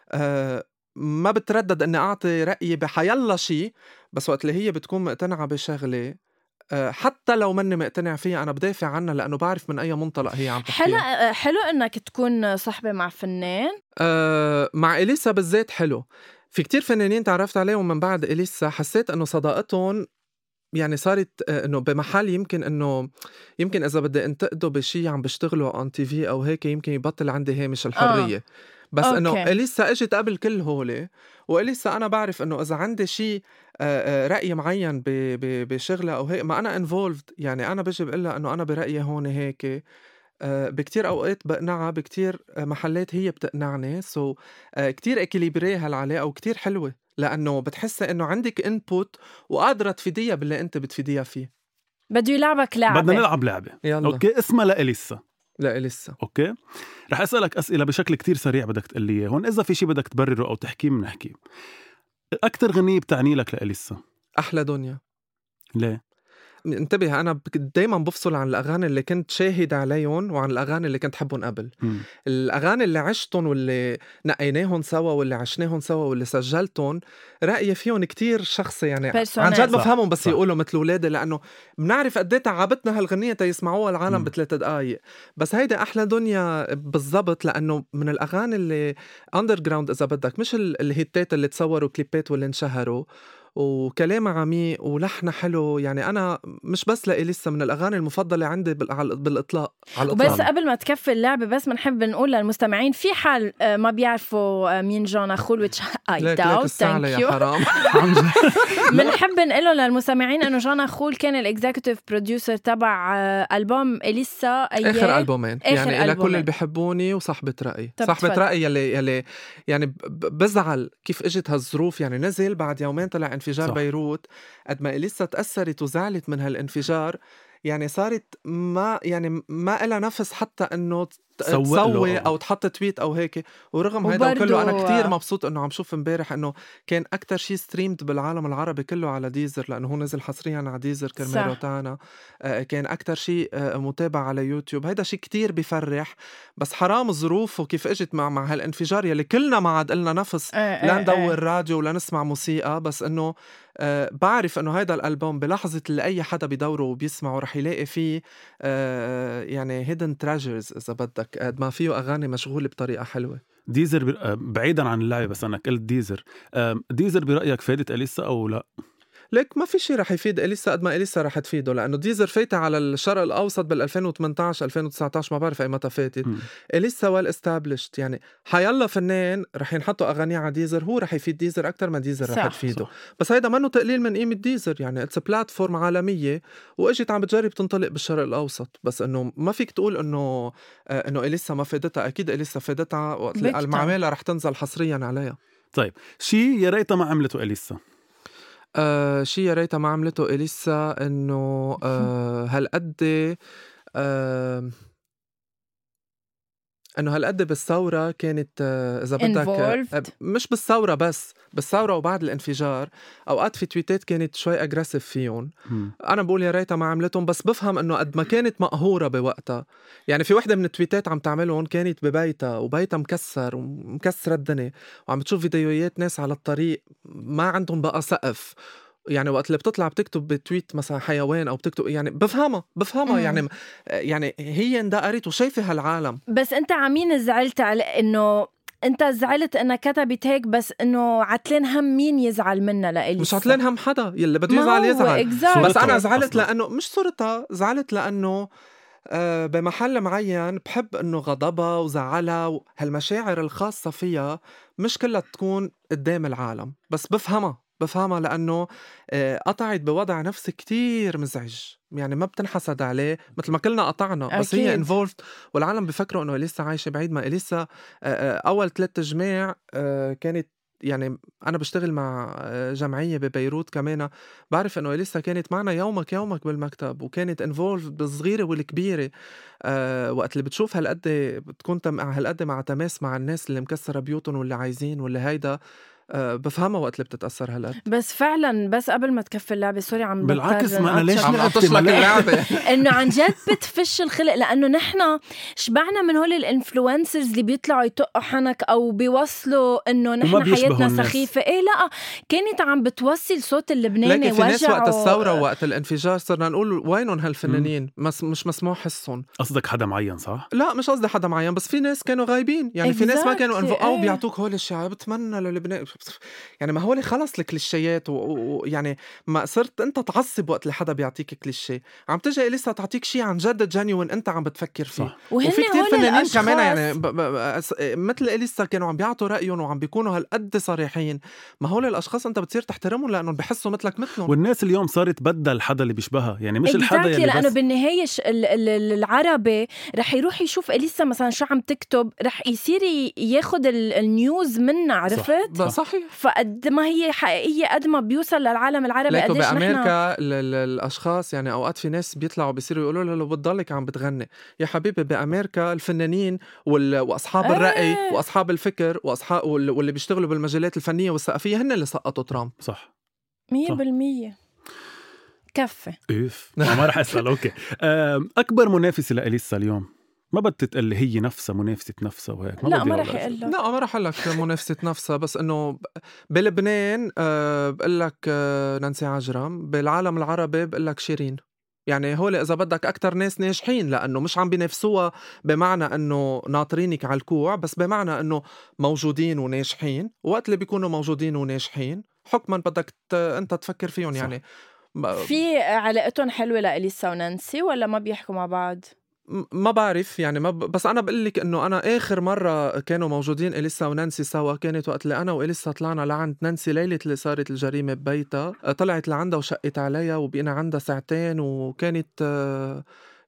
ما بتردد إني أعطي رأيي بحيالله شي. بس وقت اللي هي بتكون مقتنعة بشغلة حتى لو مني مقتنع فيها أنا بدافع عنها لأنه بعرف من أي منطلق هي عم تحكيها. حلو إنك تكون صحبة مع فنان. مع إليسا بالذات حلو. في كتير فنانين تعرفت عليهم من بعد إليسا حسيت أنه صداقتهم يعني صارت إنه بمحل يمكن إذا بدي انتقده بشي عم بشتغلوا عن تي في أو هيك يمكن يبطل عندي هامش الحرية. بس إنه إليسا اجت قبل كل هولي. وإليسا أنا بعرف إنه إذا عندي شي رأي معين بشغلة أو هيك ما أنا involved. يعني أنا بجي بقولها إنه أنا برأيي هون هيك. بكتير أوقات بقنعها بكتير محلات هي بتقنعني. كتير إكيليبري هالعلاقة وكتير حلوة لأنه بتحس إنه عندك input وقادرة تفيديها باللي أنت بتفيديها فيه. بده يلعبك لعبة. بدنا نلعب لعبة. يلا. أوكي اسمها لإليسا. أوكي رح أسألك أسئلة بشكل كتير سريع بدك تقلي إياه. هون إذا في شي بدك تبرره أو تحكيه منحكي. أكتر غنية بتعني لك لإليسا؟ أحلى دنيا. ليه؟ انتبه أنا دايما بفصل عن الأغاني اللي كنت شاهد عليهم وعن الأغاني اللي كنت حبهم قبل. الأغاني اللي عشتهم واللي نقيناهم سوا واللي عشناهم سوا واللي سجلتهم رأيي فيهم كتير شخصي. يعني عن جد بفهمهم بس يقولوا مثل ولادي لأنه بنعرف قديه تعبتنا هالغنية يسمعوها العالم ب3 دقايق. بس هيدا أحلى دنيا بالضبط لأنه من الأغاني اللي underground إذا بدك مش الهيتات اللي تصوروا كليبات واللي انشهروا وكلامها عميق ولحنها حلو. يعني أنا مش بس لإليسا من الأغاني المفضلة عندي بالإطلاق. وبس قبل ما تكفي اللعبة بس بنحب نقول للمستمعين في حال ما بيعرفوا مين جانا خول which I doubt. Thank you. بنحب نقوله للمستمعين إنه جانا خول كان الإكزيكتيف بروديوسر تبع ألبوم إليسا آخر ألبومين. يعني إلى كل اللي بيحبوني وصاحبة رأي. صاحبة رأي يلي يعني بزعل كيف إجت هالظروف. يعني نزل بعد يومين طلع انفجار صح. بيروت. قد ما إليسا تأثرت وزعلت من هالانفجار يعني صارت ما إلها نفس حتى إنه تسوي او تحط تويت او هيك. ورغم هيدا كله انا كتير مبسوط انه عم شوف امبارح انه كان اكتر شيء ستريمد بالعالم العربي كله على ديزر، لانه هو نزل حصريا على ديزر كرمال روتانا. كان اكتر شيء متابع على يوتيوب. هيدا شيء كتير بيفرح. بس حرام الظروف وكيف اجت مع هالانفجار يلي كلنا ما عاد قلنا نفس لا ندور راديو ولا نسمع موسيقى. بس انه بعرف انه هيدا الالبوم بلحظة اللي اي حدا بيدوره وبيسمعه رح يلاقي فيه يعني hidden treasures اذا بدك، قد ما فيه اغاني مشغولة بطريقة حلوة. ديزر بعيدا عن اللعبة، بس انا قلت ديزر برأيك فادت أليسا او لا؟ ليك ما في شيء رح يفيد إليسا قد ما إليسا رح تفيده، لأنه ديزر فايتة على الشرق الأوسط بال2018 2019 ما بعرف أي متى فاتت. إليسا well-established، يعني حيالله فنان رح ينحطوا أغاني على ديزر هو رح يفيد ديزر أكتر ما ديزر رح تفيده. بس هيدا منه تقليل من قيمة ديزر، يعني it's a platform عالمية وإجت عم بتجرب تنطلق بالشرق الأوسط. بس إنه ما فيك تقول إنه إليسا ما فادتها. أكيد إليسا فادتها وقت المعاملة رح تنزل حصريا عليها. طيب شي يا ريتها ما عملته إليسا؟ شي يا ريتها ما عملته إليسا إنه هالقد انه هالقد بالثوره كانت اذا بدك مش بالثوره بس بالثوره وبعد الانفجار اوقات في تويتات كانت شوي اجريسيف فيهم. انا بقول يا ريتها ما عملتهم، بس بفهم انه قد ما كانت مقهوره بوقتها. يعني في وحده من التويتات عم تعملهم كانت ببيتها وبيتها مكسر ومكسره الدنيا، وعم بتشوف فيديوهات ناس على الطريق ما عندهم بقى سقف. يعني وقت اللي بتطلع بتكتب بتويت مثلا حيوان او بتكتب، يعني بفهمها يعني هي اندقرت وشايفه هالعالم. بس انت عمين زعلت على انه انت زعلت انها كتبت هيك، بس انه عتلين هم مين يزعل منها لإليسا؟ مش عتلين هم حدا، يلي بده يزعل يزعل. بس انا زعلت لانه مش صورتها، زعلت لانه بمحل معين بحب انه غضبها وزعلها وهالمشاعر الخاصه فيها مش كلها تكون قدام العالم. بس بفهمها لأنه قطعت بوضع نفسي كتير مزعج، يعني ما بتنحسد عليه مثل ما كلنا قطعنا. بس أكيد. هي involved والعالم بفكروا أنه إليسا عايشة بعيد. ما إليسا أول 3 جماع كانت، يعني أنا بشتغل مع جمعية ببيروت كمان، بعرف أنه إليسا كانت معنا يومك بالمكتب، وكانت involved بالصغيرة والكبيرة. وقت اللي بتشوف هالقد بتكون هالقد مع تماس مع الناس اللي مكسرة بيوتهم واللي عايزين واللي هيدا بفهمها وقت اللي بتتأثر هالقد. بس فعلا بس قبل ما تكفي اللعبة سوري عم بالعكس ما أنا ليش عم أطشلك اللعبة إنه عن جد بتفش الخلق، لأنه نحنا شبعنا من هول الانفلونسرز اللي بيطلعوا يطقوا حنك أو بيوصلوا إنه نحنا حياتنا سخيفة. إيه لا كانت عم بتوصل صوت اللبناني. لكن في ناس وقت الثورة وقت الانفجار صرنا نقول وينهم هالفنانين، مش مسموح حسهم. قصدك حدا معين صح؟ لا مش قصدي حدا معين، بس في ناس كانوا غايبين. يعني في ناس ما كانوا أو بيعطوك هول الشيء. بتمنى للبنان يعني ما هو خلص الكليشيات ويعني ما صرت انت تعصب وقت اللي حدا بيعطيك كليشيه. عم تجي لسه تعطيك شيء عن جد جينيوين انت عم بتفكر فيه. وفي كتير فنانين كمان يعني مثل إليسا كانوا عم بيعطوا رايهم وعم بيكونوا هالقد صريحين. ما هول الاشخاص انت بتصير تحترمهم لانهم بحسوا مثلهم. والناس اليوم صارت تبدل حدا اللي بيشبهها، يعني مش الحدا يلي لانه بالنهايه العربي رح يروح يشوف إليسا مثلا شو عم تكتب، رح يصير ياخد النيوز منها. عرفت؟ صحيح. فقد ما هي حقيقية قد ما بيوصل للعالم العربي قديش نحن. بأمريكا الأشخاص يعني أوقات في ناس بيطلعوا بيصيروا يقولوا له بتضلك عم بتغني يا حبيبي. بأمريكا الفنانين وأصحاب الرأي وأصحاب الفكر وأصحاب واللي بيشتغلوا بالمجالات الفنية والثقافية هن اللي سقطوا ترامب. صح 100%. كفة ما رح أسأل. أوكي أكبر منافسة لإليسا اليوم ما بتتقل هي نفسها منافسة نفسها وهيك؟ لا ما رح يقلك. لا ما رح أقلك منافسة نفسها، بس إنه بلبنان بقلك نانسي عجرم، بالعالم العربي بقلك شيرين. يعني هول إذا بدك أكتر ناس ناجحين، لأنه مش عم بينافسوها بمعنى إنه ناطرينك على الكوع، بس بمعنى إنه موجودين وناجحين. وقت اللي بيكونوا موجودين وناجحين حكما بدك أنت تفكر فيهم. يعني في علاقتهم حلوة لإليسا ونانسي ولا ما بيحكوا مع بعض؟ ما بعرف يعني بس أنا بقلك إنه أنا آخر مرة كانوا موجودين إليسا ونانسي سوا كانت وقت اللي أنا وإليسا طلعنا لعند نانسي ليلة اللي صارت الجريمة ببيتها. طلعت لعندها وشقت عليها وبقينا عندها ساعتين، وكانت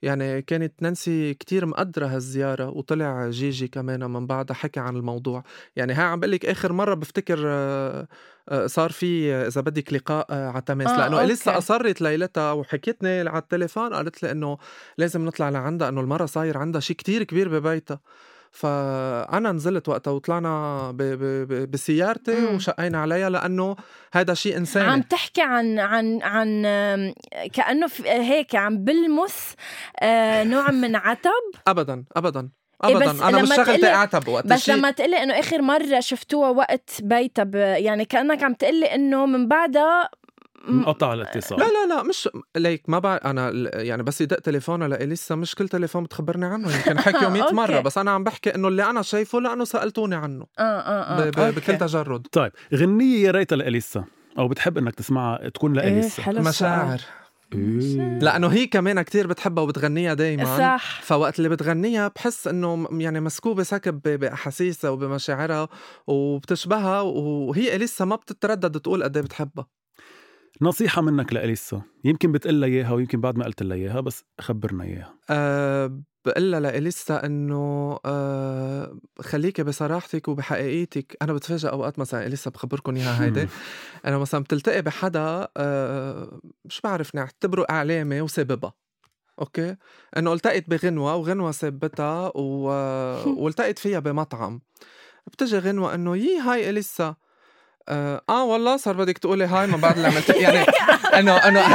يعني كانت نانسي كتير مقدرة هالزيارة، وطلع جيجي كمان من بعدها حكى عن الموضوع. يعني هاي عم بقلك آخر مرة بفتكر صار في إذا بدك لقاء على تماس، لأنه إليسا أصرت ليلتها وحكيتني على التليفون، قالت لي إنه لازم نطلع لعندها، إنه المرة صاير عندها شي كتير كبير ببيتها. فأنا نزلت وقتها وطلعنا بسيارتي وشقينا عليها، لأنه هذا شيء إنساني. عم تحكي عن كأنه هيك عم بلمس نوع من عتب. أبداً أنا مش شغلتي أعتب وقت بس لما تقلي إنه آخر مرة شفتوها وقت بيتها، يعني كأنك عم تقلي إنه من بعدها انقطع الاتصال. لا مش ليك، ما بعرف انا يعني بس يدق تليفونه لإليسا مش كل تليفون بتخبرني عنه، يمكن حكيه 100 مره، بس انا عم بحكي انه اللي انا شايفه لانه سالتوني عنه بكل تجرد. طيب غنية يا ريتها لإليسا او بتحب انك تسمعها تكون لإليسا؟ مشاعر. لأنه هي كمان كتير بتحبها وبتغنيها دايما، صح. فوقت اللي بتغنيها بحس إنه يعني مسكوبة سكب بأحاسيسها وبمشاعرها وبتشبهها، وهي إليسا ما بتتردد تقول قد ايه بتحبها. نصيحة منك لإليسا، يمكن بتقلها إياها ويمكن بعد ما قلت لها إياها، بس خبرنا إياها. بقلها لإليسا إنه خليكي بصراحتك وبحقيقيتك. أنا بتفاجأ أوقات مثلا إليسا بخبركن إياها هيدا، أنا مثلا بتلتقي بحدا مش بعرف نعتبره إعلامي وسببها، أوكي، إنه التقيت بغنوة وغنوة سبتها والتقيت فيها بمطعم، بتجي غنوة إنه هاي إليسا والله صار بدك تقولي هاي من بعد اللي عملت. يعني انه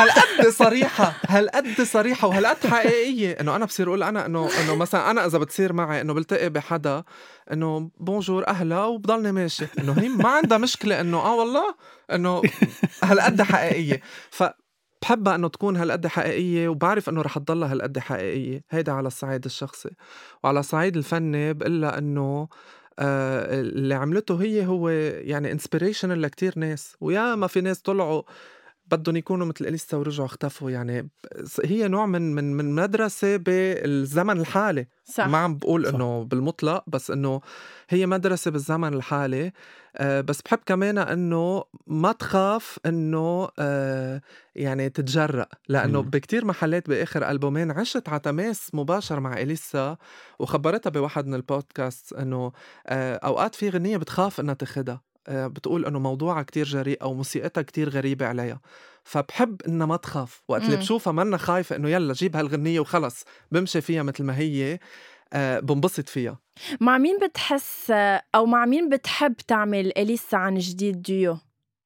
هالقد صريحه وهالقد حقيقيه، انه انا بصير اقول انا انه مثلا انا اذا بتصير معي انه بلتقي بحدا انه بونجور اهلا وبضلني ماشي، انه هي ما عندها مشكله انه والله انه هالقد حقيقيه. بحبها انه تكون هالقد حقيقيه، وبعرف انه رح تضلها هالقد حقيقيه. هيدا على الصعيد الشخصي. وعلى الصعيد الفني بقلها انه اللي عملته هو يعني انسبيريشن لكتير ناس، ويا ما في ناس طلعوا بدهم يكونوا مثل إليسا ورجعوا اختفوا. يعني هي نوع من مدرسة بالزمن الحالي. صح. ما عم بقول انه بالمطلق، بس انه هي مدرسة بالزمن الحالي. بس بحب كمان انه ما تخاف انه يعني تتجرأ، لانه بكتير محلات باخر ألبومين عشت على تماس مباشر مع إليسا، وخبرتها بواحد من البودكاست انه اوقات في غنية بتخاف انها تاخدها، بتقول انه موضوعها كتير جريء او موسيقتها كتير غريبة عليها، فبحب انها ما تخاف. وقت اللي بشوفها منا خايفة انه يلا جيب هالغنية وخلص بمشي فيها مثل ما هي، بنبسط فيها. مع مين بتحس او مع مين بتحب تعمل إليسا عن جديد ديو؟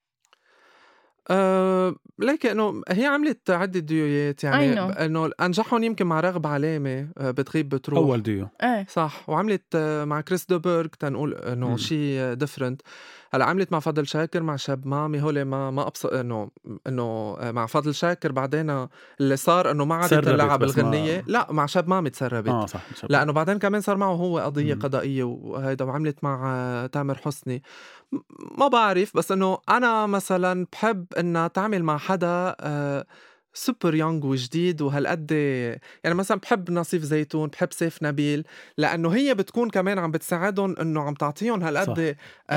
ليك انه هي عملت عدة ديويات، يعني انه انجحهم يمكن مع رغب علامة بتغيب بتروح اول ديو صح، وعملت مع كريس دوبرغ تنقول انه شيء ديفرنت. هلا عملت مع فضل شاكر مع شاب مامي، هولي ما ابصر انه مع فضل شاكر بعدين اللي صار انه ما عادت تلعب الغنية. لا مع شاب مامي تسربت صح، لانه بعدين كمان صار معه هو قضية قضائية وهيدا. وعملت مع تامر حسني، ما بعرف، بس انه انا مثلا بحب انها تعمل مع حدا سوبر يونغ وجديد وهالقد. يعني مثلا بحب نصيف زيتون، بحب سيف نبيل، لانه هي بتكون كمان عم بتساعدهم انه عم تعطيهم هالقد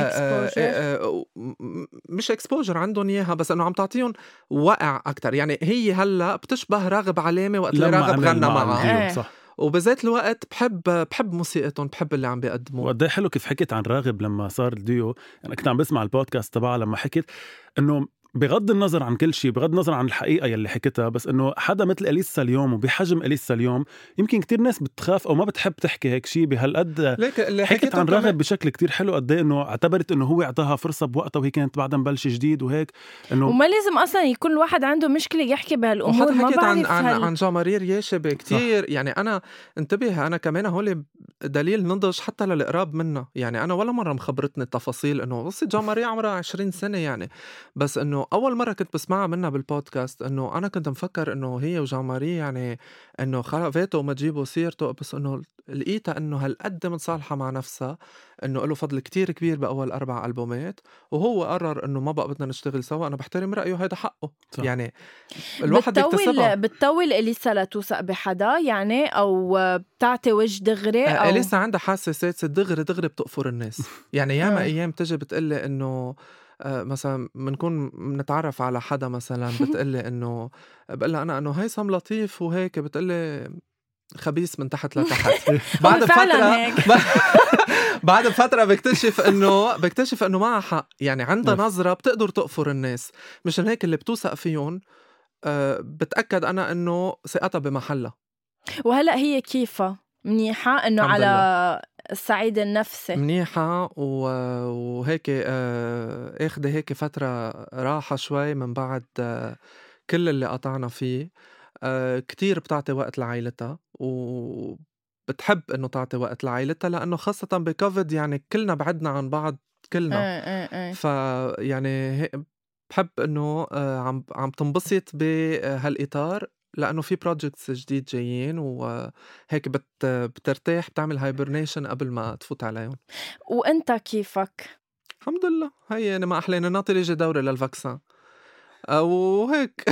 مش اكسبوجر عندهم اياها، بس انه عم تعطيهم وقع اكتر. يعني هي هلا بتشبه راغب علامة وقت اللي راغب غنى معها، صح. وبذات الوقت بحب موسيقتهم، بحب اللي عم بيقدموه. وقد حلو كيف حكيت عن راغب لما صار الديو. انا كنت عم بسمع البودكاست تبعها لما حكيت انه بغض النظر عن كل شيء، بغض النظر عن الحقيقة يلي حكيتها، بس انه حدا مثل إليسا اليوم وبحجم إليسا اليوم يمكن كتير ناس بتخاف او ما بتحب تحكي هيك شيء بهالقد. حكيت عن راغب بشكل كتير حلو، قد انه اعتبرت انه هو اعطاها فرصة بوقتها وهي كانت بعدها مبلش جديد وهيك، انه وما لازم اصلا يكون الواحد عنده مشكلة يحكي بهالامور. ما بعرف عن جامارير ياشب كتير. يعني انا انتبه، انا كمان هولي دليل نضج حتى للقراب منا. يعني انا ولا مرة مخبرتني التفاصيل انه بصي جامارير عمرها 20 سنة يعني، بس انه اول مرة كنت بسمعها منها بالبودكاست انه انا كنت مفكر انه هي وجاماري يعني انه خلافته وما تجيبوا سيرته، بس انه لقيتها انه هالقد متصالحة مع نفسها، انه له فضل كتير كبير باول 4 ألبومات، وهو قرر انه ما بقى بدنا نشتغل سوا. انا بحترم رأيه، هيدا حقه. صح. يعني الواحد يكتسبها. بتطول إليسا لتوثق بحدا يعني، او بتعطي وجه دغري؟ أو إليسا عندها حاسة سادسة، دغري بتقفر الناس. يعني ياما ايام تجي بتقلي انه مثلا منكون نتعرف على حدا مثلا بتقلي انه بقلها انا انه هيثم لطيف وهيك، بتقلي خبيث من تحت لتحت. بعد فترة بعد فترة بكتشف انه معها حق، يعني عندها نظرة بتقدر تقفر الناس. مشان هيك اللي بتوثق فيهم بتأكد انا انه ثقتها بمحلها. وهلأ هي كيفها منيحة انه على الصعيد النفسي منيحة وهيك اخده هيك فترة راحة شوي من بعد كل اللي قطعنا فيه. كتير بتعطي وقت لعائلتها وبتحب انه تعطي وقت لعائلتها، لانه خاصة بكوفيد يعني كلنا بعدنا عن بعض كلنا. فيعني بحب انه عم تنبسط بهالإطار، لأنه في بروجيكتس جديد جايين وهيك بترتاح، بتعمل هايبرنيشن قبل ما تفوت عليهم. وأنت كيفك؟ الحمد لله، هي أنا ما أحلينا ناطر يجي دوري للفاكسان وهيك.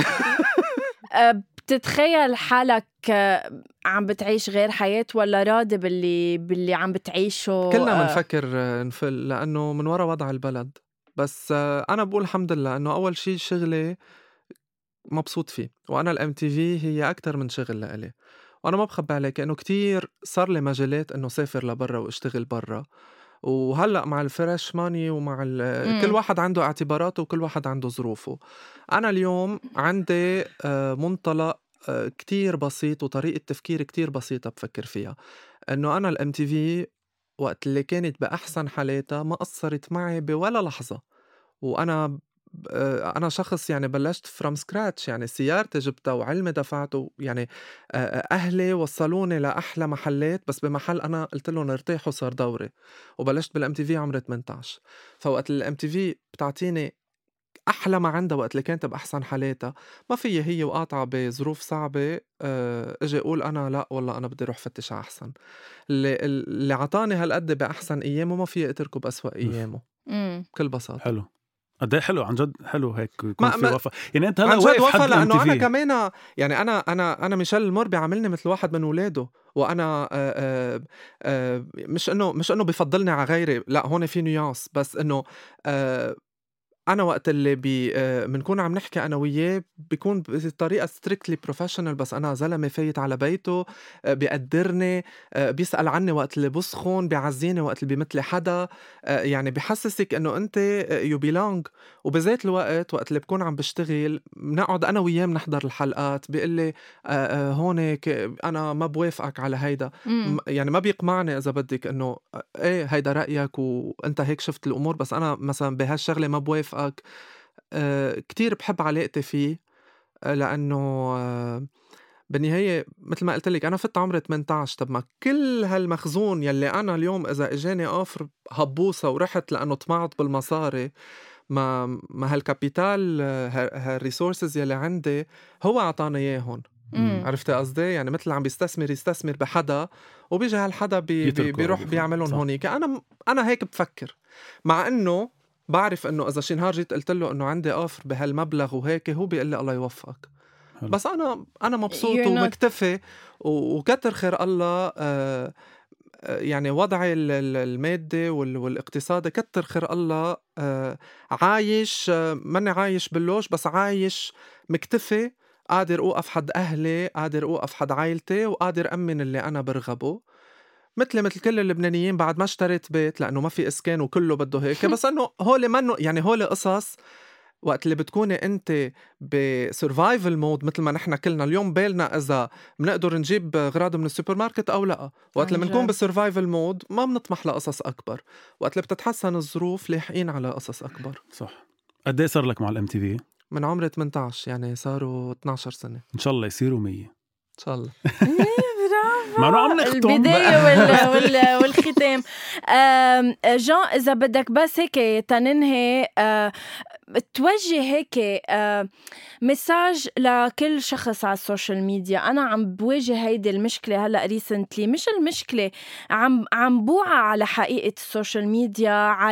بتتخيل حالك عم بتعيش غير حياة ولا راضي باللي عم بتعيشه؟ كلنا منفكر نفل لأنه من وراء وضع البلد، بس أنا بقول الحمد لله أنه أول شيء شغلي مبسوط فيه، وأنا الMTV هي أكتر من شغل لإلي. وأنا ما بخبي عليك إنه كتير صار لي مجالات إنه سافر لبرا واشتغل برا، وهلأ مع الفريش ماني ومع كل واحد عنده اعتباراته وكل واحد عنده ظروفه. أنا اليوم عندي منطلق كتير بسيط وطريقة تفكير كتير بسيطة بفكر فيها، إنه أنا الMTV وقت اللي كانت بأحسن حالاتها ما قصرت معي بولا لحظة. وأنا شخص يعني بلشت from scratch، يعني سيارتي جبتها وعلمي دفعته، يعني أهلي وصلوني لأحلى محلات، بس بمحل أنا قلت لهم ارتاحوا صار دوري. وبلشت بالMTV عمري 18. فوقت الMTV بتعطيني أحلى ما عندها وقت اللي كانت بأحسن حالاتها، ما فيي هي وقاطعة بظروف صعبة اجي أقول أنا لا والله أنا بدي روح فتش على أحسن. اللي عطاني هالقد بأحسن أيامه ما فيي أتركه بأسوأ أيامه بكل بساطة. حلو، قد ايه حلو عن جد، حلو هيك يكون في وفا. يعني انت هلا واقف حد لانه انا كمان يعني انا ميشيل المور بيعاملني مثل واحد من اولاده، وانا مش انه بيفضلني على غيري، لا هون في نياس، بس انه أنا وقت اللي منكون عم نحكي أنا وياه بيكون بطريقة strictly professional، بس أنا زلمة فايت على بيته بيقدرني، بيسأل عني وقت اللي بسخن، بيعزيني وقت اللي بمثلي حدا، يعني بيحسسك إنه أنت you belong. وبذات الوقت وقت اللي بكون عم بشتغل بنقعد أنا وياه بنحضر الحلقات، بيقلي هونك أنا ما بوافقك على هيدا، يعني ما بيقمعني إذا بدك إنه إيه هيدا رأيك وأنت هيك شفت الأمور، بس أنا مثلا بهالشغلة ما بوافق. كتير بحب علاقتي فيه، لأنه بالنهاية مثل ما قلت لك أنا فت عمري 18. طب ما كل هالمخزون يلي أنا اليوم إذا إجاني أوفر هبوسة ورحت لأنه طمعت بالمصاري، ما هالكابيتال هالريسورسز يلي عندي هو عطاني إياهن. عرفتي قصدي؟ يعني مثل عم يستثمر بحدا وبيجي هالحدا بيروح بيعملون هونيك. أنا هيك بفكر، مع إنه بعرف إنه إذا شي نهار جيت قلت له إنه عندي أوفر بهالمبلغ وهيك هو بيقول لي الله يوفقك. بس أنا مبسوط ومكتفي وكتر خير الله. يعني وضعي المادي والاقتصادي كتر خير الله، عايش، ماني عايش باللوش، بس عايش مكتفي، قادر أوقف حد أهلي، قادر أوقف حد عائلتي، وقادر أمن اللي أنا برغبه، مثل كل اللبنانيين. بعد ما اشتريت بيت لأنه ما في إسكان وكله بده هيك، بس أنه هولي منه يعني هولي قصص وقت اللي بتكوني أنت بسرفايفل مود، مثل ما نحن كلنا اليوم بالنا إذا بنقدر نجيب غراض من السوبر ماركت أو لأ. وقت اللي بنكون بسرفايفل مود ما بنطمح لقصص أكبر، وقت اللي بتتحسن الظروف لاحقين على قصص أكبر. صح. قد ايه صار لك مع الMTV؟ من عمري 18، يعني صاروا 12 سنة. إن شاء الله يصيروا 100 إن شاء الله. برافو، عم نختم البداية والختام. جان إذا بدك بس هيك تننهي، توجه هيك مساج لكل شخص على السوشيال ميديا. أنا عم بواجه هيدي المشكلة هلأ ريسنتلي، مش المشكلة، عم بوعى على حقيقة السوشيال ميديا،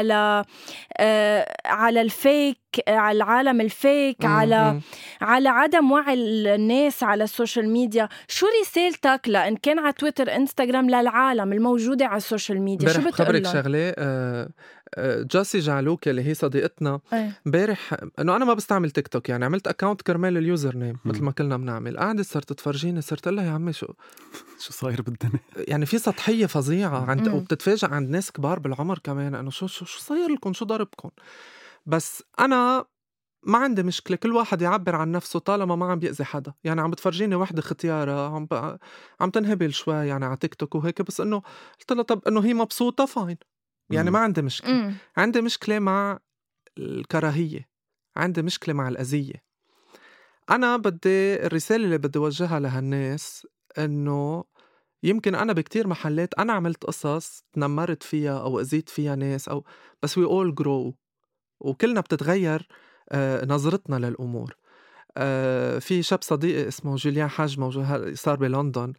على الفيك، على العالم الفيك، على عدم وعي الناس على السوشيال ميديا. شو رسالتك لإن كان على تويتر انستغرام للعالم الموجودة على السوشيال ميديا، شو بتقول خبرك شغلة؟ جاسي جعلوك اللي هي صديقتنا امبارح انه انا ما بستعمل تيك توك، يعني عملت اكاونت كرمال اليوزر نيم مثل ما كلنا بنعمل. قاعدة صرت تفرجيني، صرت لها يا عمي شو صاير بالدنيا؟ يعني في سطحية فظيعة وبتتفاجأ عند ناس كبار بالعمر كمان انه شو صاير لكم، شو ضربكم. بس انا ما عندي مشكلة كل واحد يعبر عن نفسه طالما ما عم بيأذي حدا. يعني عم بتفرجيني وحدة ختيارة عم تنهبل شوي يعني على تيك توك وهيك، بس انه قلت لها طب انه هي مبسوطة فاين، يعني ما عندي مشكلة. عندي مشكلة مع الكراهية، عندي مشكلة مع الأذية. أنا بدي الرسالة اللي بدي وجهها لهالناس إنه يمكن أنا بكتير محلات أنا عملت قصص تنمرت فيها أو أذيت فيها ناس أو بس we all grow وكلنا بتتغير نظرتنا للأمور. في شاب صديقي اسمه جوليان حاج موجود صار بلندن،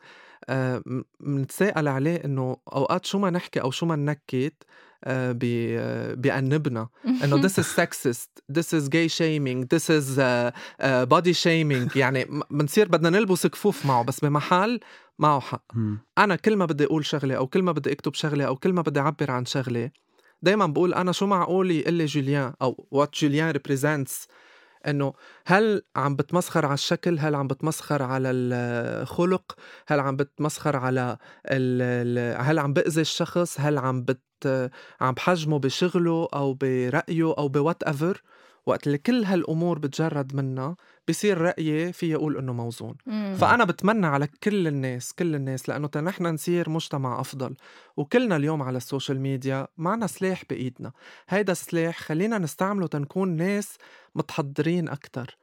منتساءل عليه إنه أوقات شو ما نحكي أو شو ما ننكت بيأنبنا إنه this is sexist, this is gay shaming, this is body shaming. يعني منصير بدنا نلبس كفوف معه، بس بمحل معه حق. أنا كل ما بدي أقول شغلة أو كل ما بدي أكتب شغلة أو كل ما بدي أعبر عن شغلة دايما بقول أنا شو معقول يقول لي جوليان أو what جوليان represents، إنه هل عم بتمسخر على الشكل، هل عم بتمسخر على الخلق، هل عم بتمسخر على هل عم بأذي الشخص، هل عم بحجمه بشغله أو برأيه أو بوات أفر. وقت اللي كل هالأمور بتجرد منها بيصير رأيي فيه يقول إنه موزون. فأنا بتمنى على كل الناس لأنه نحن نصير مجتمع أفضل، وكلنا اليوم على السوشيال ميديا معنا سلاح بإيدنا. هيدا السلاح خلينا نستعمله تنكون ناس متحضرين أكتر.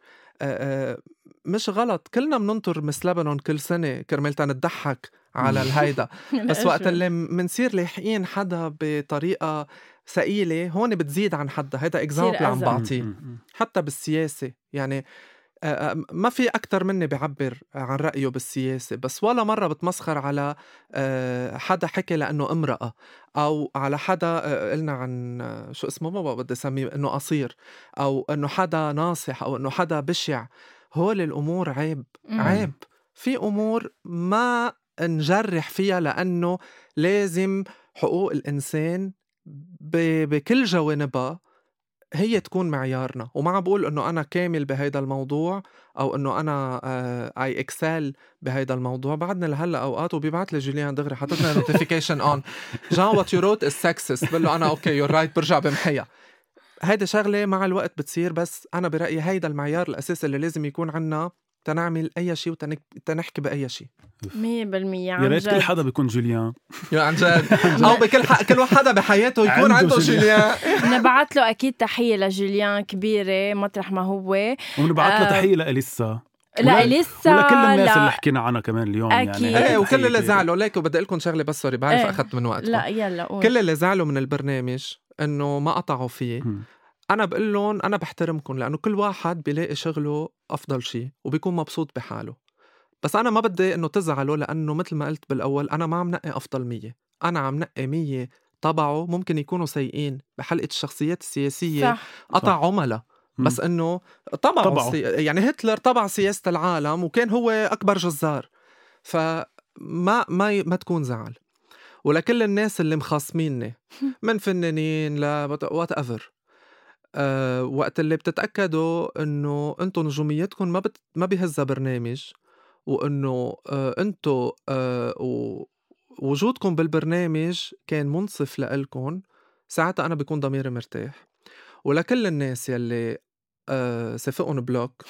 مش غلط كلنا مننطر مس لبنان كل سنة كرمال نضحك على الهيدا، بس وقت اللي منصير لاحقين حدا بطريقة ثقيلة هون بتزيد عن حدا. هيدا إكزامبل عم بعطيه حتى بالسياسة. يعني ما في أكتر مني بعبر عن رأيه بالسياسة، بس ولا مرة بتمسخر على حدا حكي لأنه امرأة أو على حدا قلنا عن شو اسمه ما بدي أسميه إنه قصير أو إنه حدا ناصح أو إنه حدا بشع. هول الأمور عيب. عيب. في أمور ما نجرح فيها لأنه لازم حقوق الإنسان بكل جوانبها هي تكون معيارنا. وما عم بقول انه انا كامل بهيدا الموضوع او انه انا اي اكسل بهيدا الموضوع. بعدنا لهلا اوقات وبيبعت لي جوليان دغري حاطتنا نوتيفيكيشن اون جان وات يو روت از سكسست، بقول له انا اوكي يور رايت، برجع بمحيها. هيدا شغله مع الوقت بتصير، بس انا برايي هيدا المعيار الاساسي اللي لازم يكون عنا تنعمل اي شيء وتنحكي باي شيء 100%. يا ريت كل حدا بيكون جوليان عن جد او كل حدا بحياته يكون عنده جوليان. نبعت له اكيد تحيه لجوليان كبيره مطرح ما هو، ونبعت له تحيه لإليسا لا لسه ولا كل الناس اللي حكينا عنها كمان اليوم أكيد. يعني ايه وكل اللي زعلوا ليك. وبدي لكم شغله بس سوري بعرف اخذت من وقتكم. لا يلا قول. كل اللي زعلوا من البرنامج انه ما قطعوا فيه انا بقول لهم انا بحترمكم، لانه كل واحد بيلاقي شغله افضل شيء وبيكون مبسوط بحاله. بس انا ما بدي انه تزعلوا، لانه مثل ما قلت بالاول انا ما عم نقي افضل 100، انا عم نقي 100 طبعوا ممكن يكونوا سيئين. بحلقه الشخصيات السياسيه قطع عملاء بس انه طبعا يعني هتلر طبع سياسه العالم وكان هو اكبر جزار. فما ما تكون زعل. ولكل الناس اللي مخاصميني من فنانين لا وات ايفر، وقت اللي بتتأكدوا انه انتو نجوميتكم ما بيهزها برنامج، وانه انتو وجودكم بالبرنامج كان منصف لإلكم، ساعتها انا بيكون ضميري مرتاح. ولكل الناس يلي سفقهم بلوك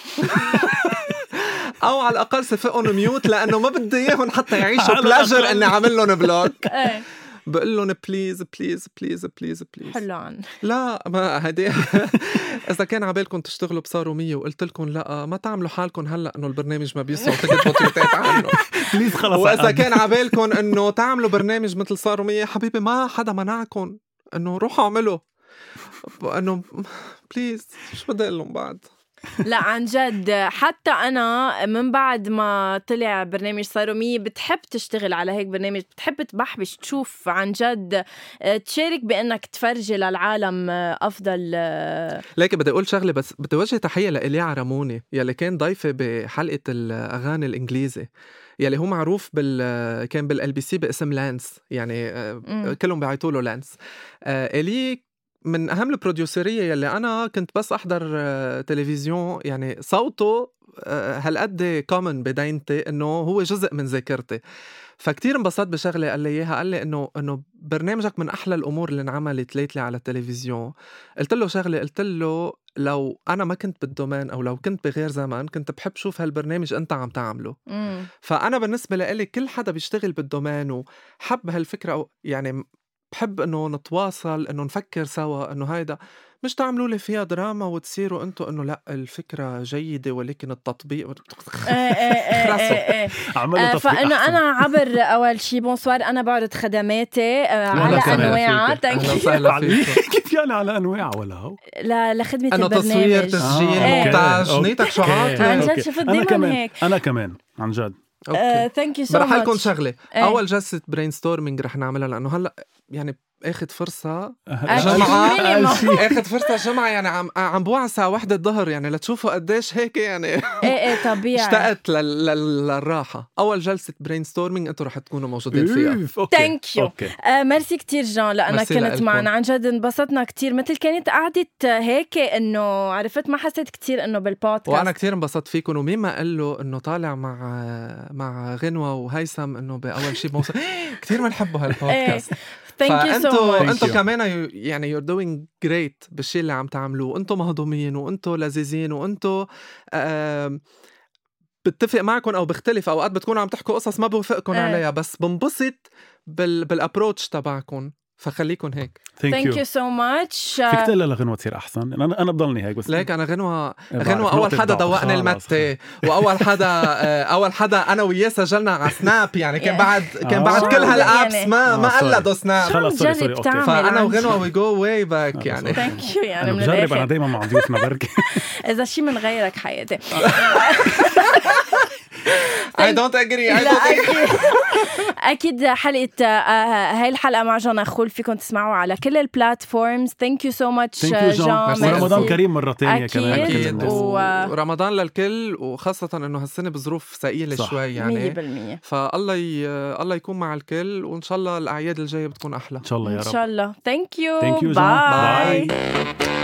او على الاقل سفقهم ميوت لانه ما بدي اياهم حتى يعيشوا بلاجر اني عامل لهم بلوك، بقول لهم بليز بليز بليز بليز بليز حلوان. لا ما هدي اذا كان عبالكم تشتغلوا بصاروا 100 وقلت لكم لا ما تعملوا حالكم هلا انه البرنامج ما بيسوى وتكتبوا تويتات عنه بليز خلص. واذا كان عبالكم انه تعملوا برنامج مثل صاروا 100 حبيبي ما حدا منعكم انه روحوا اعملوا، انه بليز شو بدي اقول لهم بعد. لا عن جد، حتى أنا من بعد ما طلع برنامج صاروا 100 بتحب تشتغل على هيك برنامج، بتحب تبحبش تشوف عن جد، تشارك بأنك تفرجي للعالم أفضل. لكن بدي أقول شغلة، بس بدي وجه تحية لإليا راموني يلي كان ضيفة بحلقة الأغاني الإنجليزي، يلي هو معروف كان بالLBC باسم لانس، يعني كلهم بيعيطوا له لانس. إلي من أهم البروديوسرية يلي أنا كنت بس أحضر تلفزيون، يعني صوته هالقد كومن بدينتي إنه هو جزء من ذاكرتي. فكتير انبسطت بشغلة قال لي إياها، قال لي إنه برنامجك من أحلى الأمور اللي انعملت ليتلي على التلفزيون. قلت له شغلة، قلت له لو أنا ما كنت بالدومين أو لو كنت بغير زمان كنت بحب شوف هالبرنامج أنت عم تعمله. فأنا بالنسبة لي كل حدا بيشتغل بالدومين وحب هالفكرة، أو يعني بحب إنه نتواصل، إنه نفكر سوا، إنه هيدا مش تعملوا لي فيها دراما وتصيروا أنتوا إنه لأ الفكرة جيدة ولكن التطبيق فإنه أنا عبر أول شي بونسوار، أنا بعرض خدماتي على أنواع. كيف يعني على أنواع؟ ولا هو لخدمة أنه البرنامج، تصوير، تسجيل، مونتاج، نيتك شو عاطل. عن جد شفت دايما هيك. أنا كمان عن جد. ثانك يو سو ماتش. رح لكم شغله، اول جلسه برين ستورمينج رح نعملها، لانه هلا يعني اخذ فرصه جمعه، اخذ فرصه جمعه، يعني عم بوعى الساعه 1 الظهر، يعني لتشوفوا قديش هيك يعني ايه طبيعي اشتقت للراحه. اول جلسه برين ستورمينج انتم رح تكونوا موجودين فيها. ثانك يو، ميرسي كتير جان لانك كنت معنا، عن جد انبسطنا كتير، مثل كانت قعدة هيك انه عرفت، ما حسيت كتير انه بالبودكاست، وانا كتير انبسطت فيكم. ومين ما قال له انه طالع مع غنوة وهيثم انه باول شيء موسى كتير بنحبه هالبودكاست. فانتوا كمان يعني you're doing great بالشيء اللي عم تعملوه، انتوا مهضومين وانتوا لذيذين وانتوا بتفق معكم او بختلف، اوقات بتكونوا عم تحكوا قصص ما بوافقكم عليها، بس بنبسط بالابروتش تبعكم، فخليكم هيك. ثانك يو سو ماتش. فيك تقول لغنوة تصير احسن؟ انا بضلني هيك بس. ليك انا غنوة اول حدا دوقني المتة، واول حدا انا وياه سجلنا على سناب، يعني كان بعد كل هالابس ما قلدوا سناب. سوري فانا وغنوة وي جو واي باك يعني. ثانك يو. يعني من بجرب انا دايما مع ضيوفنا بركي اذا شيء من غيرك حياتي. I don't agree. أكيد حلقة هاي الحلقة مع جان أخول فيكم تسمعوا على كل البلاتفورمز. Thank you so much جان. ورمضان كريم مرة تانية كمان. أكيد. ورمضان للكل، وخاصة إنه هالسنة بظروف ثقيلة شوي يعني 100%. فالله يكون مع الكل، وإن شاء الله الأعياد الجاية بتكون أحلى إن شاء الله يا رب. إن شاء الله. Thank you. Bye.